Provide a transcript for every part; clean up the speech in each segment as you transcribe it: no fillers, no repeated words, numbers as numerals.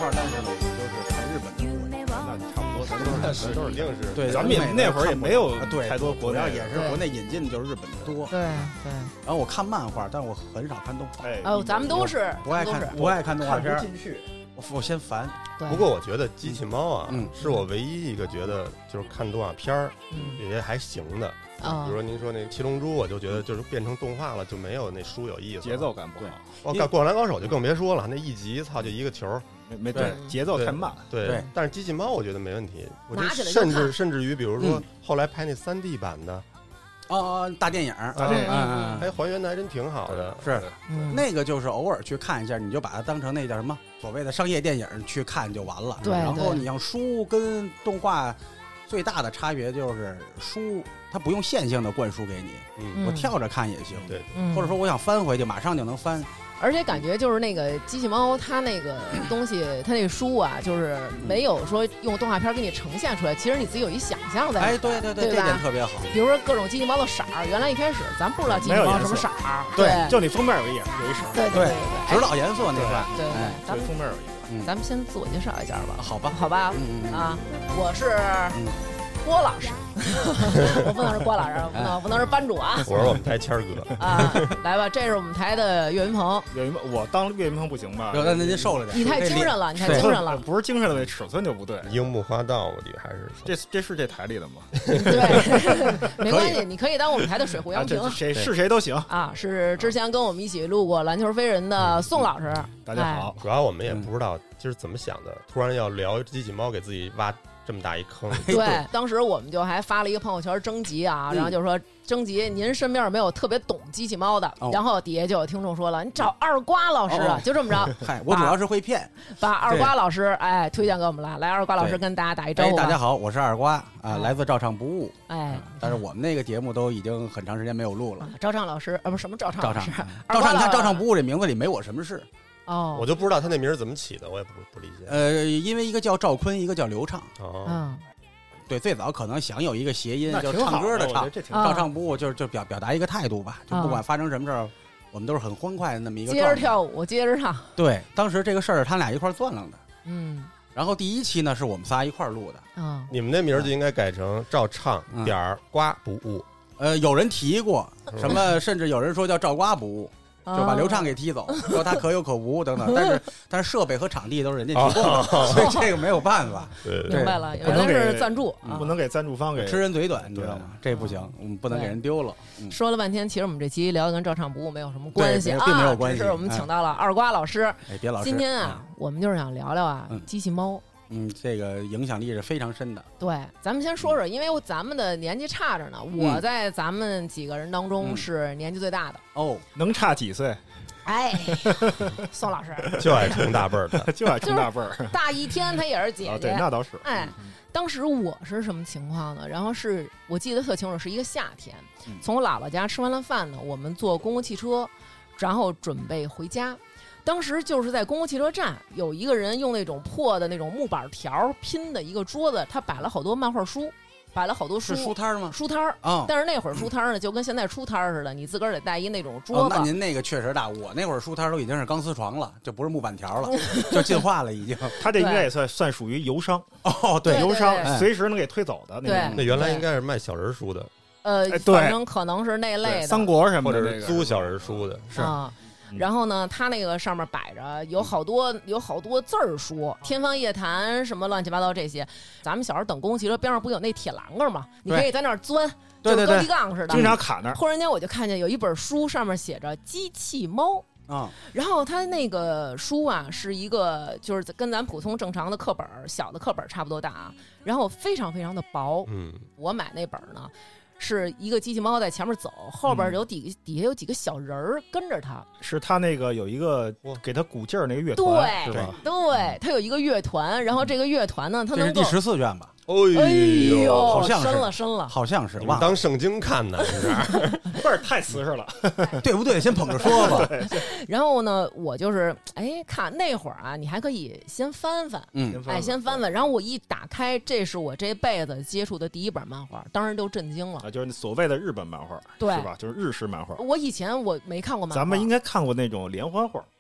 画当时呢，我就是看日本的多， 那差不多，都是肯定是。 对， 咱们也那会儿也没有太多国内， 主要也是国内引进的就是日本的多。 对。 然后我看漫画，但是我很少看动画。 哦，咱们都是不爱看动画片， 进去。 我先烦。 不过我觉得机器猫啊，是我唯一一个觉得就是看动画片儿也还行的。比如说您说那七龙珠，我就觉得就是变成动画了，就没有那书有意思， 节奏感不好。 我看灌篮高手就更别说了，那一集操就一个球， 没对，节奏太慢。 对，但是机器猫我觉得没问题，我觉得甚至于比如说后来拍那3D 版的。 大电影， 还原的还真挺好的。 是，那个就是偶尔去看一下，你就把它当成那叫什么所谓的商业电影去看就完了。 对， 然后你像书跟动画最大的差别就是书它不用线性的灌输给你，我跳着看也行。 对， 或者说我想翻回去，马上就能翻。 而且感觉就是那个机器猫，它那个东西，它那个书啊，就是没有说用动画片给你呈现出来，其实你自己有一想象在。 对，这点特别好。 比如说各种机器猫的色儿，原来一开始咱不知道机器猫什么色儿， 对，就你封面有一色儿， 对， 指导颜色那个， 对， 咱们封面有一个。 咱们先自我介绍一下吧。 好吧， 我是郭老师，我不能是郭老师，不能是班主啊。 我是我们台谦儿哥啊，来吧，这是我们台的岳云鹏。 我当岳云鹏不行吧？ 那您瘦了点。 你太精神了，你太精神了。 不是精神的，尺寸就不对。 樱木花道，我觉得还是这是这台里的吗？ 对，没关系，你可以当我们台的水户洋平， 谁都行啊。是之前跟我们一起录过《篮球飞人》的宋老师。 大家好。 主要我们也不知道今儿怎么想的，突然要聊机器猫，给自己挖这么大一坑。 对，当时我们就还发了一个朋友圈征集啊，然后就说征集您身边有没有特别懂机器猫的，然后底下就有听众说了，你找二瓜老师啊，就这么着。 嗨，我主要是会骗， 把二瓜老师推荐给我们了。来，二瓜老师跟大家打一招呼。 大家好，我是二瓜啊，来自照唱不误。但是我们那个节目都已经很长时间没有录了。 照唱老师不是什么照唱老师， 照唱，你看照唱不误这名字里没我什么事。 我就不知道他那名怎么起的，我也不理解。 因为一个叫赵坤，一个叫刘畅。对，最早可能想有一个谐音，就唱歌的唱，照唱不误，就表达一个态度吧，就不管发生什么事儿，我们都是很欢快的那么一个。 接着跳舞，接着唱。 对，当时这个事儿他俩一块钻楞的。然后第一期呢是我们仨一块录的。 你们那名就应该改成照唱瓜不误。 有人提过什么，甚至有人说叫照瓜不误。就把刘畅给踢走，说他可有可无等等，但是设备和场地都是人家提供的，所以这个没有办法。 明白了，原来是赞助， 不能给赞助方给吃人嘴短，你知道吗？这不行，我们不能给人丢了。 说了半天，其实我们这期聊的跟照唱不误没有什么关系啊， 并没有关系。 是我们请到了二瓜老师。 别老师， 今天啊，我们就是想聊聊啊，机器猫。 这个影响力是非常深的。 对，咱们先说说，因为咱们的年纪差着呢，我在咱们几个人当中是年纪最大的。 能差几岁？ 宋老师就爱冲大辈儿的， 就爱冲大辈儿， 大一天他也是姐姐。 对，那倒是。 当时我是什么情况呢？然后是我记得特清楚，是一个夏天，从我姥姥家吃完了饭呢，我们坐公共汽车，然后准备回家。当时就是在公共汽车站，有一个人用那种破的那种木板条拼的一个桌子，他摆了好多漫画书，摆了好多书。 是书摊吗？ 书摊但是那会儿书摊呢，就跟现在书摊似的，你自个儿得带一那种桌子。 那您那个确实大，我那会儿书摊都已经是钢丝床了，就不是木板条了，就进化了已经。 他这应该也算属于游商。 对， 游商随时能给推走的那种。 那原来应该是卖小人书的。 反正可能是那类的， 三国什么的， 或者租小人书的， 是然后呢，他那个上面摆着有好多字儿书，天方夜谭什么乱七八糟这些。咱们小时候等公共汽车边上不有那铁栏杆吗？你可以在那儿钻，就是高低杠似的， 经常卡那儿。 忽然间我就看见有一本书，上面写着机器猫。然后他那个书啊，是一个就是跟咱普通正常的课本小的课本差不多大啊，然后非常非常的薄。我买那本呢。是一个机器猫在前面走，后边有底下有几个小人儿跟着他。 是他那个有一个给他鼓劲儿那个乐团， 对， 是吧？ 对，他有一这个乐团，然后这个乐团呢，他能够这是第14卷吧？ 哎呦， 好像是深了， 好像是。 当圣经看呢， 倍儿太瓷实了， 对不对？先捧着说吧。 然后呢，我就是看那会儿啊，你还可以先翻翻，先翻翻。然后我一打开，这是我这辈子接触的第一本漫画，当时就震惊了。 就是所谓的日本漫画， 对， 是吧？就是日式漫画。 我以前我没看过漫画， 咱们应该看过那种连环画。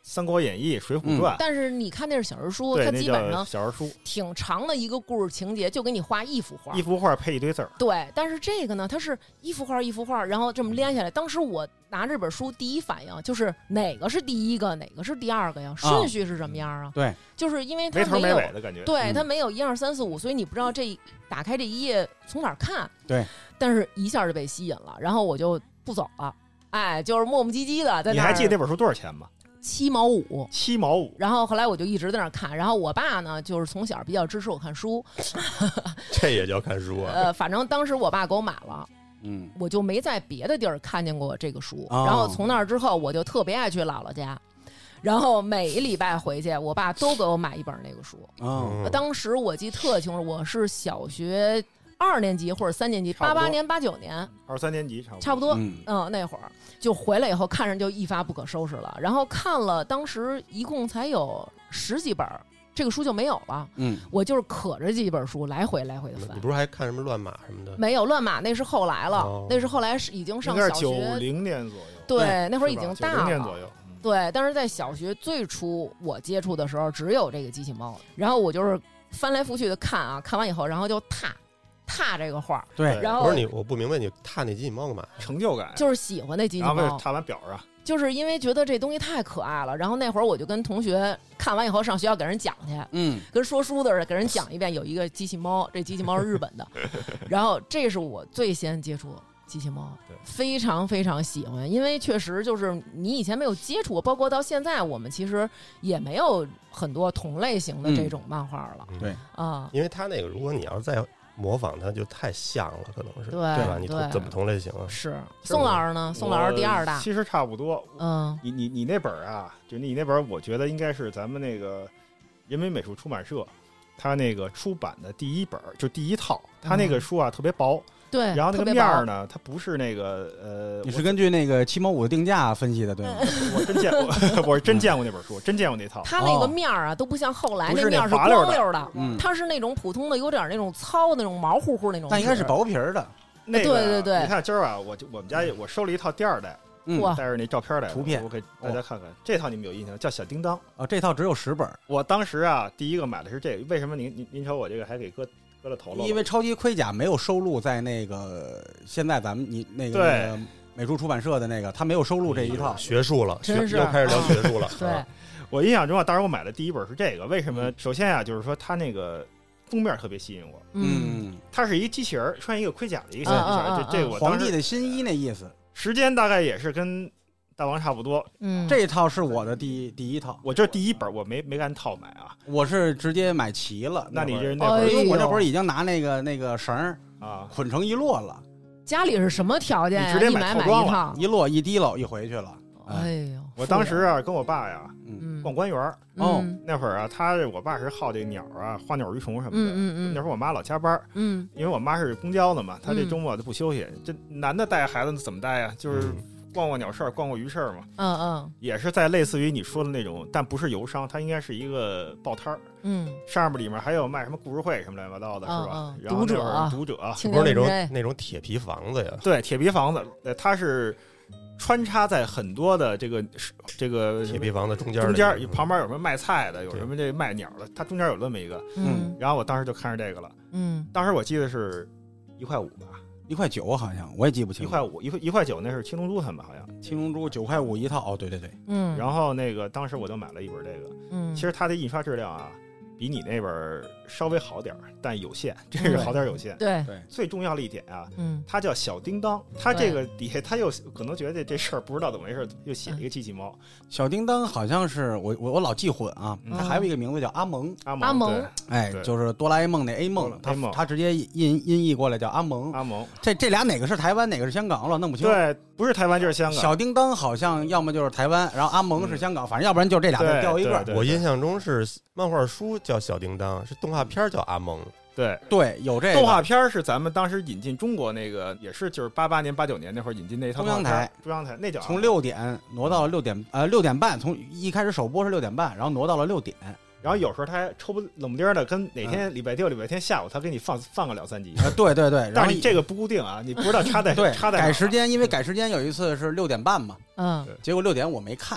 三国演义》《水浒传》， 但是你看那是小人书，它基本上小人书挺长的一个故事情节，就给你画一幅画， 一幅画配一堆字儿。 对，但是这个呢，它是一幅画一幅画，然后这么连下来。当时我拿这本书第一反应就是哪个是第一个，哪个是第二个呀？顺序是什么样啊？ 对， 就是因为它没头没尾的感觉。 对，它没有1、2、3、4、5，所以你不知道打开这一页从哪儿看。 对， 但是一下就被吸引了，然后我就不走了。哎，就是磨磨唧唧的在那。 你还记得那本书多少钱吗 ？7毛5。 7毛5。 然后后来我就一直在那儿看，然后我爸呢，就是从小比较支持我看书。 这也叫看书啊？ 反正当时我爸给我买了。我就没在别的地儿看见过这个书。然后从那儿之后，我就特别爱去姥姥家，然后每一礼拜回去，我爸都给我买一本那个书。当时我记得特清楚，我是小学2年级或者3年级，88年、89年 ，2、3年级差不多。那会儿就回来以后，看着就一发不可收拾了。然后看了，当时一共才有10几本。这个书就没有了。我就是可着这几本书来回的翻。 你不是还看什么乱码什么的？ 没有乱码，那是后来了。那是后来是已经上小学 ，90年左右。 对，那会儿已经大了。 90年左右。 对，但是在小学最初我接触的时候，只有这个机器猫。然后我就是翻来覆去的看啊，看完以后，然后就踏这个画。 对， 然后不是你，我不明白你踏那机器猫干嘛？ 成就感， 就是喜欢那机器猫。 然后踏完表啊。 就是因为觉得这东西太可爱了，然后那会儿我就跟同学看完以后上学校给人讲去，跟说书的似的给人讲一遍，有一个机器猫，这机器猫是日本的，然后这是我最先接触机器猫，非常非常喜欢，因为确实就是你以前没有接触过，包括到现在我们其实也没有很多同类型的这种漫画了， 对啊， 因为它那个如果你要再模仿它就太像了，可能是对吧？你怎么同类型啊？ 是宋老师呢？宋老师第2大， 其实差不多。你那本啊，就你那本，我觉得应该是咱们那个人民美术出版社，它那个出版的第1本，就第1套。它那个书啊特别薄。 对， 然后那个面呢，它不是那个你是根据那个7毛5的定价分析的，对吗？ 我真见过，我是真见过那本书，真见过那套。 它那个面啊，都不像后来那面是光溜的，它是那种普通的，有点那种糙那种毛乎乎那种。 那应该是薄皮的。 那个对对对， 你看今儿啊，我们家我收了一套第2代，带着那照片来图片， 我给大家看看。这套你们有印象？叫小叮当。 这套只有10本。 我当时啊，第一个买的是这个。为什么您瞅我这个还给搁了头了？ 因为超级盔甲没有收录在那个现在咱们那个美术出版社的那个，他没有收录这一套。 学术了， 真是又开始聊学术了。 对， 我印象中啊，当时我买的第1本是这个。为什么？首先啊，就是说它那个封面特别吸引我。它是一个机器人穿一个盔甲的一个小机器人，这我皇帝的新衣那意思。 时间大概也是跟大王差不多。 这套是我的第1套， 我这是第1本，我没按套买啊， 我是直接买齐了。 那你这那本， 因为我这会儿已经拿那个绳啊捆成一摞了。 家里是什么条件呀？ 直接买一套， 一摞一滴漏一回去了。 哎呦， 我当时啊跟我爸呀，逛官园那会儿啊，我爸是好这鸟啊，花鸟鱼虫什么的。那会儿我妈老加班，因为我妈是公交的嘛，她这周末就不休息。这男的带孩子怎么带呀？就是逛逛鸟市，逛逛鱼市嘛。也是在类似于你说的那种，但不是游商，它应该是一个报摊儿。上面里面还有卖什么故事会什么乱七八糟的，是吧？然后读者， 不是那种铁皮房子呀？ 对，铁皮房子，它是穿插在很多的这个铁皮房子中间旁边有什么卖菜的，有什么这卖鸟的，它中间有这么一个。然后我当时就看上这个了。当时我记得是1.5块吧 ，1.9块好像，我也记不清。 1.5块9，那是青龙珠他们好像。 青龙珠9.5块一套。对。 然后那个当时我就买了一本这个。其实它的印刷质量啊，比你那本稍微好点但有限，真是好点有限。 对， 最重要的一点啊，它叫小叮当，它这个底下它又可能觉得这事儿不知道怎么回事，又写一个机器猫。 小叮当好像是我老记混啊，它还有一个名字叫阿蒙。 阿蒙， 哎，就是哆啦 A 梦那 A 梦，他直接音译过来叫阿蒙。这俩哪个是台湾，哪个是香港，我老弄不清。 对，不是台湾就是香港。 小叮当好像要么就是台湾，然后阿蒙是香港，反正要不然就这俩字掉一个。 我印象中是漫画书叫小叮当，是动画片叫阿蒙。 对， 有这个动画片是咱们当时引进中国那个，也是就是88年89年那会儿引进那套中央台那叫从6点挪到了6点半，从一开始首播是6点半，然后挪到了6点， 然后有时候他还抽不冷不丁的，跟哪天礼拜六礼拜天下午他给你放个2-3集。 对， 但是你这个不固定啊，你不知道插在改时间，因为改时间有一次是6点半嘛，结果6点我没看。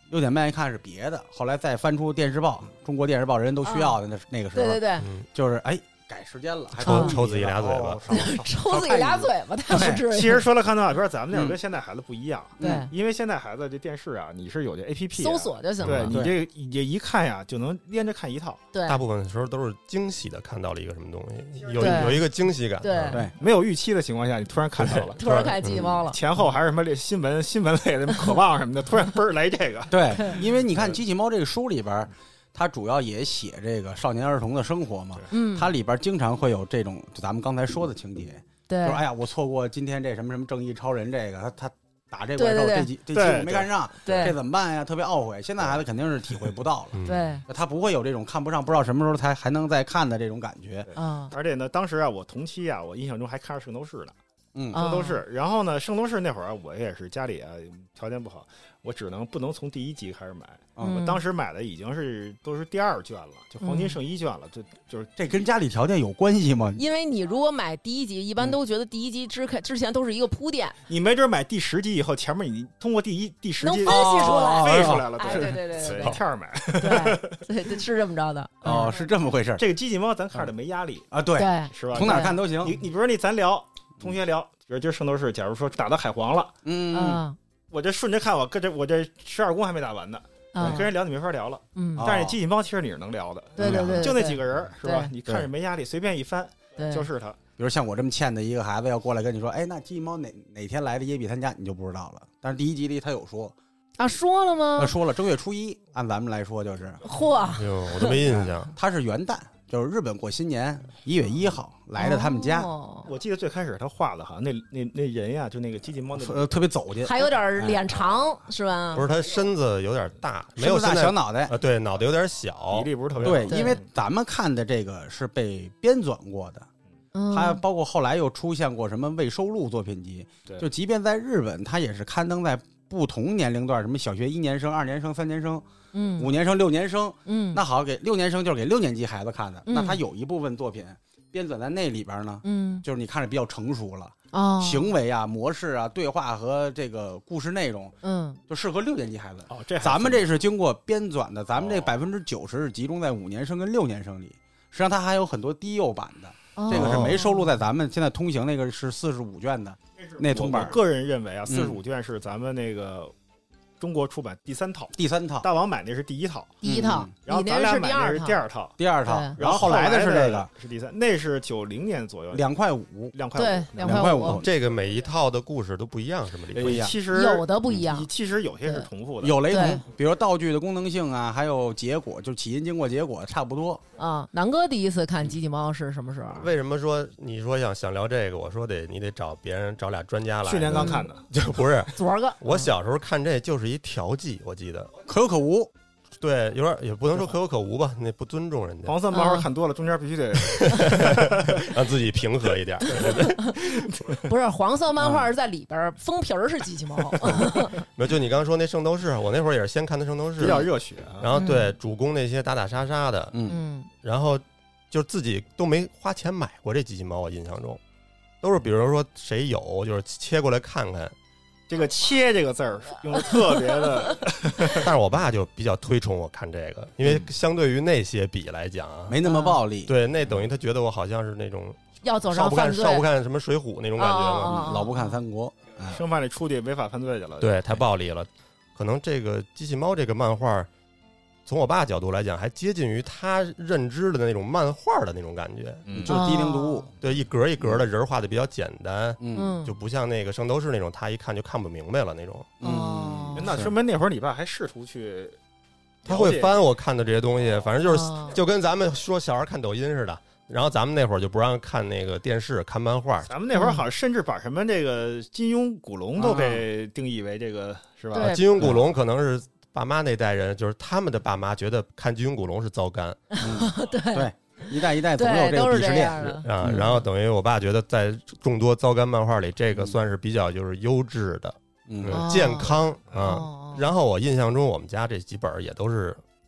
6点半一看是别的，后来再翻出电视报，中国电视报人人都需要的那个时候， 对对对， 就是改时间了，还抽自己俩嘴巴， 抽自己俩嘴巴，太不至于。 其实说了看动画片，咱们那会儿跟现在孩子不一样， 对， 因为现在孩子这电视啊，你是有这 APP 搜索就行了， 对你这一看呀，就能连着看一套。 对， 大部分时候都是惊喜的看到了一个什么东西，有一个惊喜感。 对， 没有预期的情况下，你突然看到了， 突然看机器猫了， 前后还是什么新闻类的，渴望什么的，突然嘣儿来这个。 对，因为你看机器猫这个书里边。它主要也写这个少年儿童的生活嘛，它里边经常会有这种就咱们刚才说的情节， 对， 就是哎呀，我错过今天这什么什么正义超人这个，他打这怪兽这期我没看上，这怎么办呀？特别懊悔。现在孩子肯定是体会不到了， 对， 他不会有这种看不上，不知道什么时候还能再看的这种感觉。 而且呢，当时啊，我同期啊，我印象中还看着圣斗士呢。圣斗士，然后呢，圣斗士那会儿我也是家里啊条件不好，我不能从第1集开始买，我当时买的已经都是第2卷了，就黄金圣衣卷了，就是这跟家里条件有关系吗？ 因为你如果买第1集，一般都觉得第1集之前都是一个铺垫， 你没准买第10集以后，前面你通过第10集能分析出来， 背出来了， 对， 一天买， 对，是这么着的， 是这么回事。 这个机器猫咱看着没压力啊，对， 是吧？ 从哪看都行。 你比如说咱聊。同学聊，比如今儿圣斗士，假如说打到海皇了，我这顺着看，我这12宫还没打完呢，跟人聊你没法聊了，但是机器猫其实你是能聊的， 对， 就那几个人是吧？你看着没压力，随便一翻就是他。 比如像我这么欠的一个孩子要过来跟你说，哎，那机器猫哪天来的耶比他家，你就不知道了。但是第1集里他有说啊，说了吗？ 说了，正月初1，按咱们来说就是， 嚯， 我都没印象。 他是元旦。就是日本过新年1月1号来的他们家， 我记得最开始他画的哈，那人呀，就那个机器猫特别走进， 还有点脸长是吧？ 不是，他身子有点大，没有大小脑袋对，脑袋有点小， 比例不是特别对，因为咱们看的这个是被编纂过的，还包括后来又出现过什么未收录作品集，就即便在日本，它也是刊登在不同年龄段，什么小学1年生、2年生、3年生。5年生、6年生，那好，给6年生就是给6年级孩子看的，那他有一部分作品编纂在那里边呢，就是你看着比较成熟了，行为啊、模式啊、对话和这个故事内容，就适合6年级孩子。咱们这是经过编纂的，咱们这90%是集中在5年生跟6年生里，实际上它还有很多低幼版的，这个是没收录在咱们现在通行那个是45卷的那通版。 我个人认为啊，45卷是咱们那个。中国出版第三套，大王买那是第一套，然后咱俩买那是第二套，然后后来的是这个是第3，那是90年左右 ，2块5， 对，2块5。 这个每一套的故事都不一样，是吗？ 不一样， 其实有的不一样， 其实有些是重复的， 有雷同，比如道具的功能性啊，还有结果，就起因、经过、结果差不多啊。南哥第一次看机器猫是什么时候？ 为什么说你说想聊这个？我说你得找别人，找俩专家来。 去年刚看的， 就不是昨儿个。 我小时候看这就是一调剂，我记得可有可无。 对，有点也不能说可有可无吧，那不尊重人家。 黄色漫画看多了，中间必须得让自己平和一点。 不是黄色漫画是在里边，封皮儿是机器猫。 没有，就你刚刚说那圣斗士，我那会儿也是先看的圣斗士， 比较热血。 然后对主攻那些打打杀杀的，然后就自己都没花钱买过这机器猫，我印象中都是比如说谁有就是切过来看看。 这个切这个字儿用的特别的， 但是我爸就比较推崇我看这个，因为相对于那些比来讲啊， 没那么暴力。 对，那等于他觉得我好像是那种要走上犯罪， 少不看什么水浒那种感觉嘛， 老不看三国， 生怕你出去违法犯罪去了。 对，太暴力了。可能这个机器猫这个漫画，从我爸角度来讲，还接近于他认知的那种漫画的那种感觉， 就是低龄读物， 对，一格一格的人画的比较简单，就不像那个圣斗士那种，他一看就看不明白了那种。 那说明那会儿你爸还试图去， 他会翻我看的这些东西，反正就是就跟咱们说小孩看抖音似的。然后咱们那会儿就不让看那个电视，看漫画。 咱们那会儿好像甚至把什么这个金庸、古龙都给定义为这个是吧？ 金庸、古龙可能是爸妈那代人，就是他们的爸妈觉得看金庸、古龙是糟干。 对，一代一代总有这个鄙视链啊。然后等于我爸觉得在众多糟干漫画里，这个算是比较就是优质的、健康啊。然后我印象中我们家这几本也都是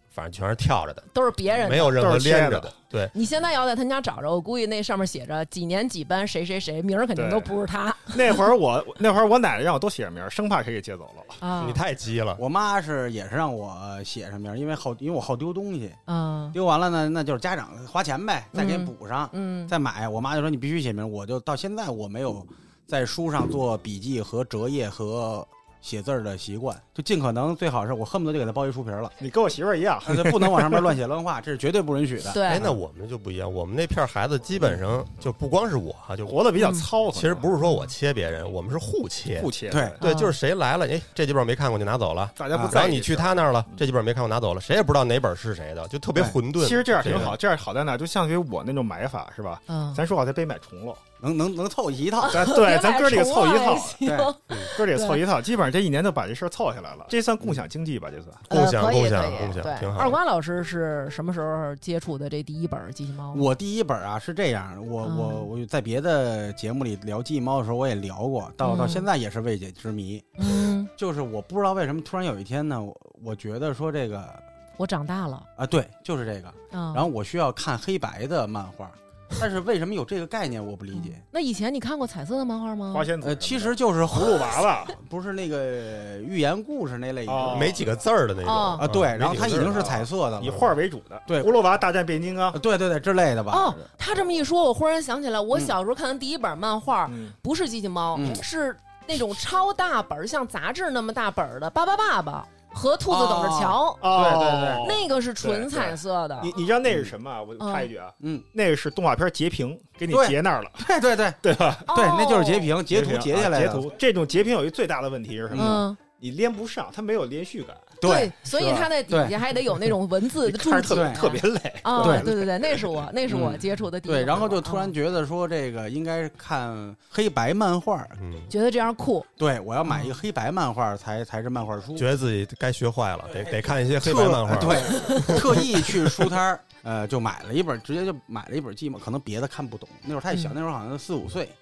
反正全是跳着的， 都是别人的， 没有任何连着的。对， 你现在要在他家找着，我估计那上面写着几年几班谁谁谁，名儿肯定都不是他。 那会儿我奶奶让我都写上名，生怕谁给借走了。 啊， 你太急了。 我妈也是让我写上名，因为我好丢东西。丢完了呢，那就是家长花钱呗，再给补上，再买。我妈就说你必须写名，我就到现在我没有在书上做笔记和折页和写字的习惯，就尽可能最好是我恨不得就给他包一书皮了。 你跟我媳妇儿一样， 不能往上面乱写乱画，这是绝对不允许的。 对， 那我们就不一样，我们那片孩子基本上就不光是我，就活得比较糙。 其实不是说我切别人，我们是互切。对，就是谁来了，这几本没看过就拿走了， 大家不在意。 然后你去他那儿了，这几本没看过拿走了，谁也不知道哪本是谁的，就特别混沌。 其实这样挺好，这样好在哪？就相当于我那种买法是吧？咱说好在北买重了。 能凑一套， 咱哥几个凑一套，对，哥几个凑一套，基本上这一年就把这事儿凑下来了。这算共享经济吧？这算共享，挺好。 二瓜老师是什么时候接触的这第一本机器猫？ 我第一本啊是这样，我在别的节目里聊机器猫的时候我也聊过，到现在也是未解之谜。就是我不知道为什么突然有一天呢，我觉得说这个我长大了啊，对，就是这个，然后我需要看黑白的漫画。但是为什么有这个概念我不理解。 那以前你看过彩色的漫画吗？ 花仙子其实就是葫芦娃娃， 不是那个寓言故事那类没几个字儿的那种啊。对，然后它已经是彩色的， 以画为主的。 对， 葫芦娃大战变形金刚， 对之类的吧。 哦，他这么一说，我忽然想起来，我小时候看的第一本漫画不是机器猫，是那种超大本，像杂志那么大本的《巴巴爸爸》。和兔子等着瞧， 对， 那个是纯彩色的。 你知道那是什么？我插一句啊，那个是动画片截屏，给你截那儿了。 对吧？ 对，那就是截屏，截图截下来的。 这种截屏有一最大的问题是什么？你连不上，它没有连续感。 对，所以它在底下还得有那种文字的注记，特别累。 对，那是我接触的第一。 对，然后就突然觉得说这个应该看黑白漫画， 觉得这样酷。 对，我要买一个黑白漫画才是漫画书。 觉得自己该学坏了，得看一些黑白漫画。 对，特意去书摊就买了一本，直接就买了一本《机器猫》，可能别的看不懂，那会儿太小，那会儿好像4、5岁。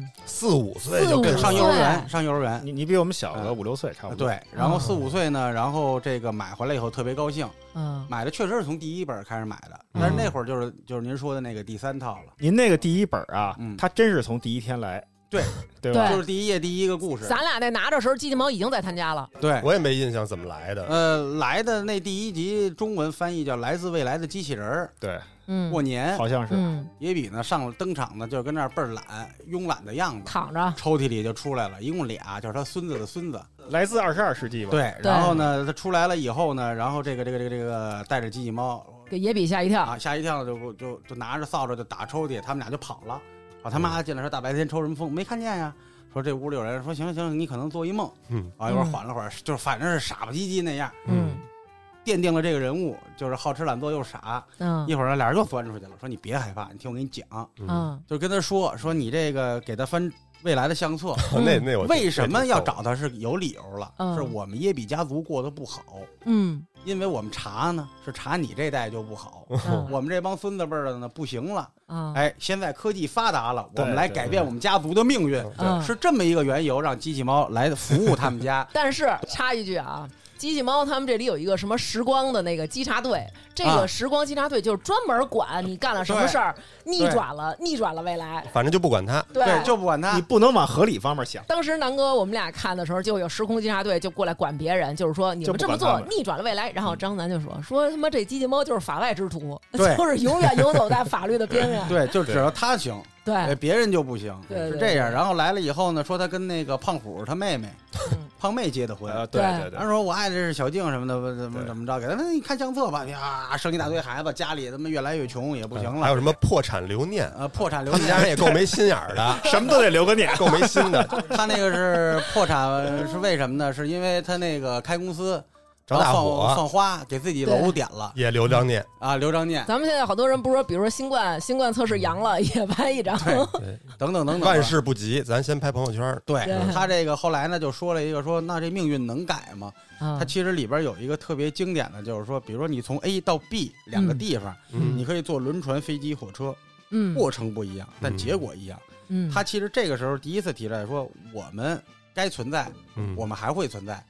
4、5岁就上幼儿园， 你比我们小个5、6岁差不多。 对，然后4、5岁呢，然后这个买回来以后特别高兴。买的确实是从第一本开始买的，但是那会儿就是您说的那个第3套了。 您那个第一本啊，它真是从第一天来。对吧？ 就是第一页第一个故事。 咱俩那拿着时候，机器猫已经在他家了。 对， 我也没印象怎么来的。 来的那第一集中文翻译叫《来自未来的机器人》。 对， 过年好像是。 野比呢登场呢，就是跟那儿倍儿懒、慵懒的样子， 躺着， 抽屉里就出来了，一共俩，就是他孙子的孙子， 来自22世纪吧。 对，然后呢，他出来了以后呢，然后这个带着机器猫给野比吓一跳啊，吓一跳就拿着扫帚就打抽屉，他们俩就跑了。他妈进来说大白天抽什么风？没看见呀。说这屋里有人，说行，你可能做一梦。一会儿缓了会儿，就是反正是傻不唧唧那样。奠定了这个人物，就是好吃懒做又傻。一会儿俩人又钻出去了，说你别害怕，你听我给你讲。就跟他说你这个给他翻未来的相册， 那我为什么要找他是有理由了，是我们耶比家族过得不好。因为我们查呢是查你这代就不好，我们这帮孙子辈的呢不行了。现在科技发达了，我们来改变我们家族的命运，是这么一个缘由，让机器猫来服务他们家。 但是插一句啊，机器猫他们这里有一个什么时光的那个稽查队，这个时光稽查队就是专门管你干了什么事儿，逆转了未来， 反正就不管他， 对，就不管他， 你不能往合理方面想。 当时南哥我们俩看的时候，就有时空稽查队就过来管别人，就是说你们这么做逆转了未来。然后张楠就说他妈这机器猫就是法外之徒，就是永远游走在法律的边缘。 对，就只要他行。 对， 别人就不行， 对是这样。然后来了以后呢，说他跟那个胖虎他妹妹，胖妹结的婚。 对， 他说我爱的是小静什么的，怎么着？给他你看相册吧，呀，生一大堆孩子，家里他妈越来越穷，也不行了。 还有什么破产留念破产留念， 家人也够没心眼儿的， 什么都得留个念， 够没心的。 他那个是破产，是为什么呢？是因为他那个开公司。 着大火放花，给自己楼点了， 也留张念啊，留张念。 咱们现在好多人不是说，比如说新冠测试阳了，也拍一张， 对，等等。 万事不急，咱先拍朋友圈。 对他这个后来呢，就说了一个说，那这命运能改吗？他其实里边有一个特别经典的，就是说，比如说你从 A 到 B 两个地方，你可以坐轮船、飞机、火车，过程不一样，但结果一样。他其实这个时候第一次提出来说，我们该存在，我们还会存在。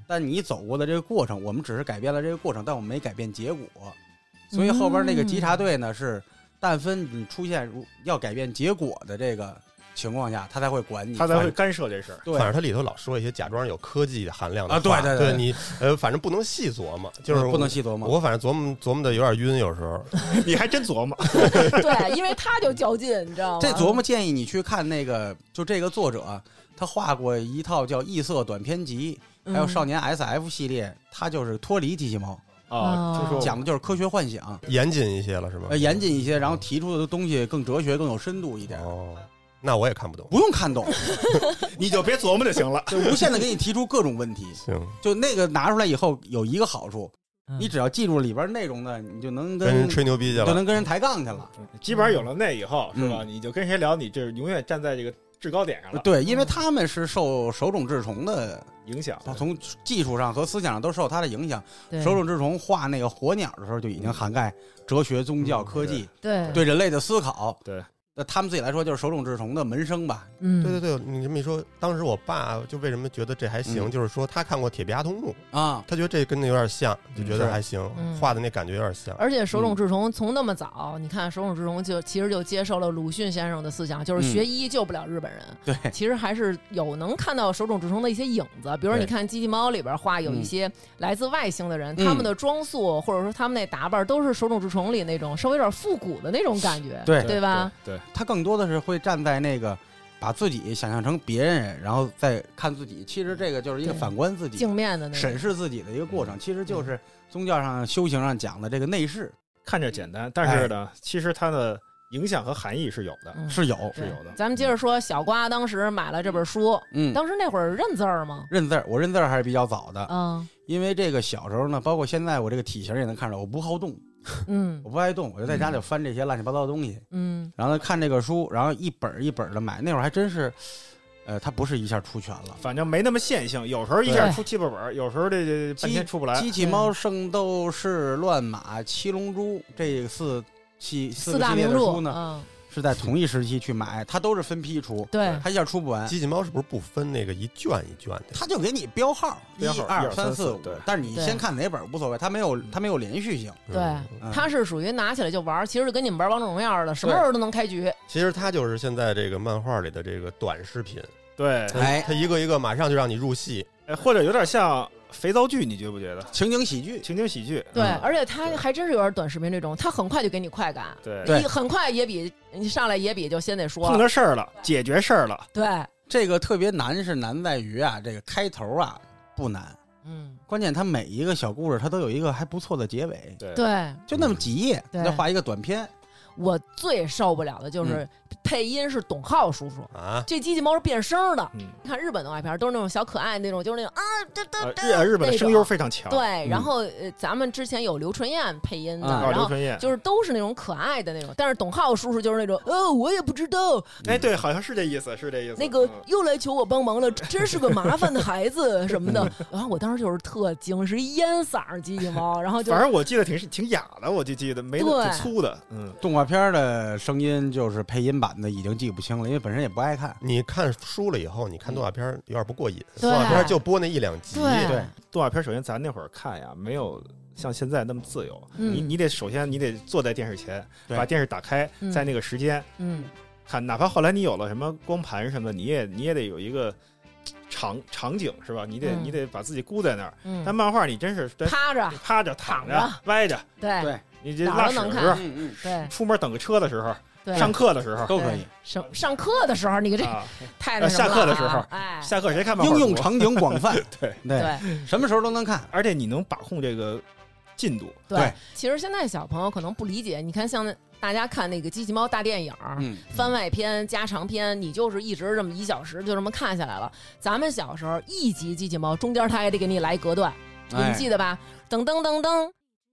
但你走过的这个过程，我们只是改变了这个过程，但我们没改变结果。所以后边那个稽查队呢，是但凡你出现要改变结果的这个情况下，他才会管你， 他才会干涉这事儿。 对， 反正他里头老说一些假装有科技的含量的啊，对， 你反正不能细琢磨，就是不能细琢磨。 我反正琢磨的有点晕，有时候。 你还真琢磨。 对，因为他就较劲，你知道吗？ 这琢磨建议你去看那个，就这个作者他画过一套叫《异色短篇集》，还有少年 SF 系列，他就是脱离机器猫。讲的就是科学幻想， 严谨一些了是吗？ 严谨一些，然后提出的东西更哲学、更有深度一点。 哦，那我也看不懂， 不用看懂， 你就别琢磨就行了， 就无限的给你提出各种问题。 行， 就那个拿出来以后有一个好处，你只要记住里边内容呢，你就能跟人吹牛逼去了， 就能跟人抬杠去了。 基本上有了那以后，是吧？你就跟谁聊，你这永远站在这个制高点上了。 对，因为他们是受手冢治虫的影响， 从技术上和思想上都受他的影响。手冢治虫画那个火鸟的时候就已经涵盖哲学、宗教、科技，对人类的思考。 对， 那他们自己来说就是手冢治虫的门生吧。 对，你这么一说，当时我爸就为什么觉得这还行，就是说他看过《铁臂阿童木》啊，他觉得这跟那有点像，就觉得还行，画的那感觉有点像。 而且手冢治虫从那么早，你看手冢治虫其实就接受了鲁迅先生的思想，就是学医救不了日本人。 对， 其实还是有能看到手冢治虫的一些影子，比如你看《机器猫》里边画有一些来自外星的人，他们的装束或者说他们那打扮都是手冢治虫里那种稍微有点复古的那种感觉，对吧？ 对， 他更多的是会站在那个把自己想象成别人，然后再看自己。其实这个就是一个反观自己、 镜面的审视自己的一个过程。其实就是宗教上、修行上讲的这个内视。 看着简单，但是呢，其实它的影响和含义是有的， 是有的。 咱们接着说，小瓜当时买了这本书，当时那会儿认字儿吗？ 认字儿，我认字儿还是比较早的，因为这个小时候呢，包括现在我这个体型也能看着，我不好动。我不爱动，我就在家里翻这些乱七八糟的东西，然后看这个书，然后一本一本的买。那会儿还真是，它不是一下出全了， 反正没那么线性，有时候一下出7、8本，有时候这半天出不来。 机器猫、圣斗士、乱马、七龙珠这四个系列的书呢，是在同一时期去买，它都是分批出， 对， 它一下出不完。 机器猫是不是不分那个一卷一卷的？ 它就给你标号，1、2、3、4、5， 对。 但是你先看哪本无所谓，它没有连续性。 对，它是属于拿起来就玩，其实就跟你们玩王者荣耀的，什么时候都能开局。 其实它就是现在这个漫画里的这个短视频， 对， 它一个一个马上就让你入戏， 或者有点像肥皂剧，你觉不觉得？ 情景喜剧， 对，而且它还真是有点短视频这种，它很快就给你快感， 对， 很快也比你上来也比就先得说碰到事儿了，解决事儿了。 对， 这个特别难是难在于啊，这个开头啊不难，关键它每一个小故事它都有一个还不错的结尾， 对， 就那么几页，再画一个短片。 我最受不了的就是配音是董浩叔叔啊，这机器猫是变声的。你看日本动画片都是那种小可爱那种，就是那种日本的声优非常强。 对，然后咱们之前有刘纯燕配音的，然后就是都是那种可爱的那种，但是董浩叔叔就是那种我也不知道。 哎，对，好像是这意思，是这意思。 那个又来求我帮忙了，真是个麻烦的孩子什么的。然后我当时就是特惊，是一烟嗓机器猫，然后就反正我记得挺哑的，我就记得没挺粗的。 动画片的声音就是配音版的已经记不清了，因为本身也不爱看。 你看书了以后，你看动画片有点不过瘾，动画片就播那1、2集。 对， 动画片首先咱那会儿看呀，没有像现在那么自由。你得首先你得坐在电视前，把电视打开，在那个时间看，哪怕后来你有了什么光盘什么的，你也得有一个场景是吧？你得把自己箍在那儿。但漫画你真是趴着、躺着、歪着， 对。 你这拉屎的时候， 对， 出门等个车的时候，上课的时候都可以。 上课的时候，你这太那什么了。 下课的时候，下课谁看漫画？ 应用场景广泛， 对， 什么时候都能看， 而且你能把控这个进度。 对，其实现在小朋友可能不理解，你看像大家看那个机器猫大电影，番外篇、加长篇，你就是一直这么1小时就这么看下来了。咱们小时候一集机器猫中间他也得给你来隔断，你们记得吧？噔噔噔噔。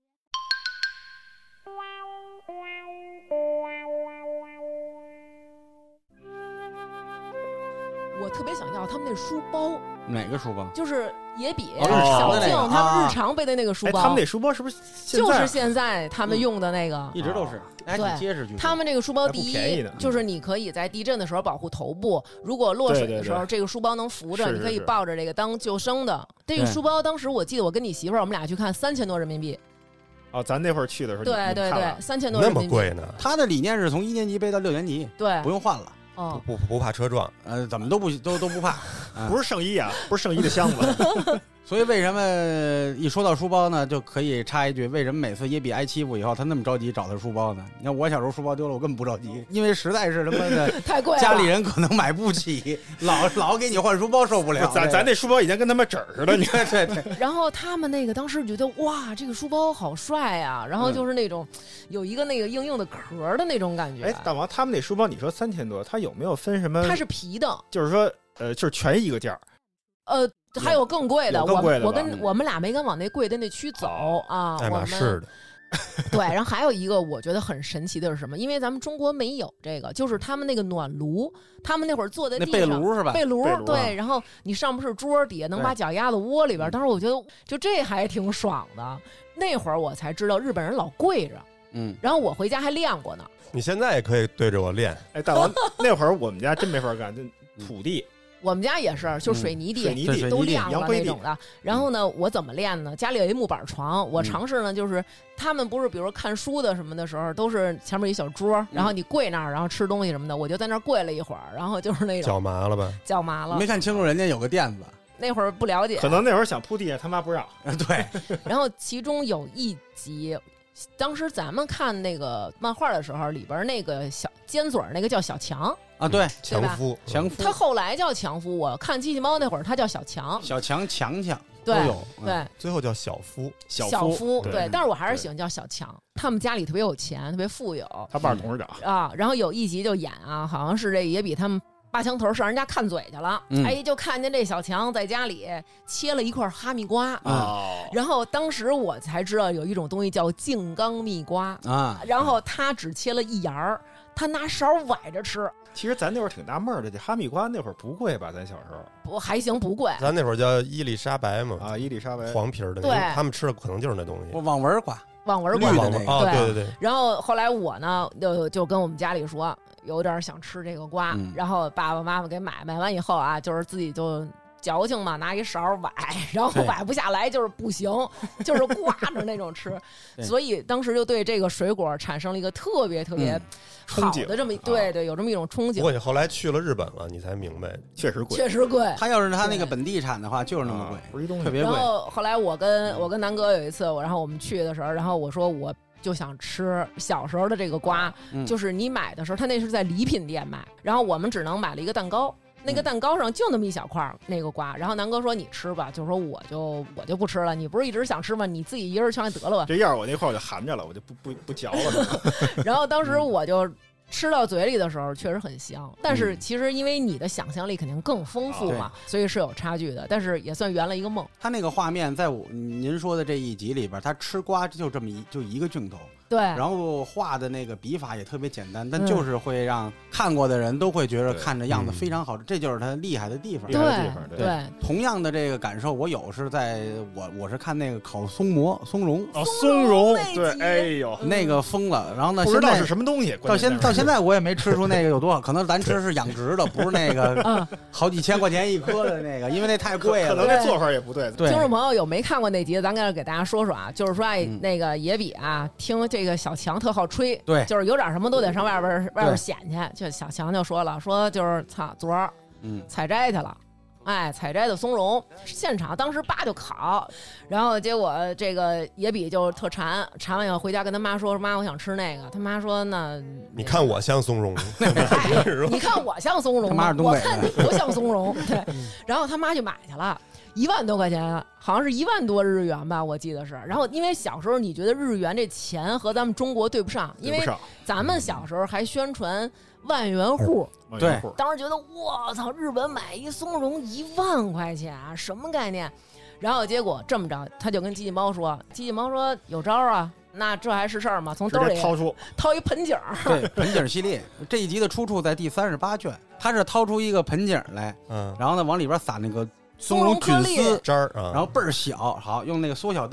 我特别想要他们那书包。 哪个书包？ 就是野比、小静他们日常背的那个书包。 他们那书包是不是就是现在他们用的那个？ 一直都是。 还挺结实。 他们这个书包第一就是你可以在地震的时候保护头部，如果落水的时候，这个书包能扶着，你可以抱着这个当救生的。这个书包当时我记得我跟你媳妇儿我们俩去看3000多人民币。 哦，咱那会儿去的时候， 对，3000多人民币。 那么贵呢？ 他的理念是从1年级背到6年级， 对， 不用换了。 哦， 不怕车撞， 怎么都不怕， 不是圣衣啊，不是圣衣的箱子。 所以为什么一说到书包呢，就可以插一句，为什么每次野比挨欺负以后，他那么着急找他书包呢？你看我小时候书包丢了，我根本不着急，因为实在是他妈的太贵了， 家里人可能买不起，老给你换书包受不了。 咱那书包已经跟他妈纸似的，你看对。 然后他们那个当时觉得哇，这个书包好帅啊，然后就是那种有一个那个硬的壳的那种感觉。 哎，大王，他们那书包你说3000多，它有没有分什么？ 它是皮的， 就是说就是全一个价。 还有更贵的，我们俩没敢往那贵的那区走啊。 爱马仕的。 对，然后还有一个我觉得很神奇的是什么？因为咱们中国没有这个，就是他们那个暖炉，他们那会儿坐在地上， 那被炉是吧？ 被炉对，然后你上不是桌，底下能把脚压到窝里边。当时我觉得就这还挺爽的。那会儿我才知道日本人老跪着，然后我回家还练过呢。 你现在也可以对着我练。 哎，大王，那会儿我们家真没法干，就土地。 我们家也是，就水泥地都晾了那种的。然后呢，我怎么练呢？家里有一木板床，我尝试呢，就是他们不是比如看书的什么的时候，都是前面一小桌，然后你跪那儿，然后吃东西什么的，我就在那儿跪了一会儿，然后就是那种脚麻了吧？ 脚麻了， 没看清楚人家有个垫子。 那会儿不了解， 可能那会儿想铺地下，他妈不让。 对。 然后其中有一集。当时咱们看那个漫画的时候，里边那个小尖嘴那个叫小强啊，对， 强夫， 他后来叫强夫。我看机器猫那会儿，他叫小强， 强， 对对， 最后叫小夫， 小夫，对。但是我还是喜欢叫小强。他们家里特别有钱，特别富有， 他爸是董事长啊。然后有一集就演啊，好像是这也比他们八枪头上人家看嘴去了，哎，就看见这小强在家里切了一块哈密瓜然后当时我才知道有一种东西叫静冈蜜瓜然后他只切了一芽儿，他拿勺崴着吃。 其实咱那会儿挺纳闷的，这哈密瓜那会儿不贵吧？咱小时候不还行，不贵。 咱那会儿叫伊丽莎白嘛， 伊丽莎白黄皮的， 对， 他们吃的可能就是那东西。 网纹瓜， 对。然后后来我呢就跟我们家里说。有点想吃这个瓜，然后爸爸妈妈给买完以后啊，就是自己就矫情嘛，拿一勺崴，然后崴不下来就是不行，就是挂着那种吃，所以当时就对这个水果产生了一个特别好的这么对，有这么一种憧憬。 不过你后来去了日本了，你才明白， 确实贵， 确实贵。 他要是他那个本地产的话，就是那么贵， 不是一东西， 特别贵。 然后后来我跟南哥有一次，然后我们去的时候，然后我说我就想吃小时候的这个瓜，就是你买的时候，他那是在礼品店卖，然后我们只能买了一个蛋糕，那个蛋糕上就那么一小块那个瓜，然后南哥说你吃吧，就说我就不吃了，你不是一直想吃吗？你自己一人全得了吧。 这样我那块我就含着了，我就不嚼了。 然后当时我就吃到嘴里的时候确实很香，但是其实因为你的想象力肯定更丰富嘛，所以是有差距的，但是也算圆了一个梦。 他那个画面在您说的这一集里边，他吃瓜就这么一个镜头。 对， 然后画的那个笔法也特别简单，但就是会让看过的人都会觉得看着样子非常好，这就是他厉害的地方。 对， 同样的这个感受，我有是在我是看那个烤松茸， 松茸，对，哎呦， 那个疯了。然后呢， 不知道是什么东西， 到现在我也没吃出那个有多少，可能咱吃是养殖的，不是那个好几千块钱一颗的那个，因为那太贵了， 可能那做法也不对。 听众朋友有没看过那集？咱给大家说说啊，就是说那个野比啊，听这个小强特好吹， 对， 就是有点什么都得上外边显去。就小强就说了，说就是昨儿采摘去了，哎，采摘的松茸，现场当时就烤，然后结果这个野比就特馋完以后回家跟他妈说，妈我想吃那个，他妈说那你看我像松茸， 你看我像松茸吗？我看你不像松茸，对，然后他妈就买去了。1万多块钱，好像是1万多日元吧，我记得是。然后因为小时候你觉得日元这钱和咱们中国对不上，因为咱们小时候还宣传万元户， 对， 当时觉得我操，日本买一松茸1万块钱，什么概念？然后结果这么着，他就跟机器猫说，机器猫说有招啊。那这还是事儿吗？从兜里掏一盆景， 对，盆景系列这一集的出处在第38卷，他是掏出一个盆景来，然后呢往里边撒那个松茸菌丝汁儿， 然后倍儿小，好用那个缩小灯啊，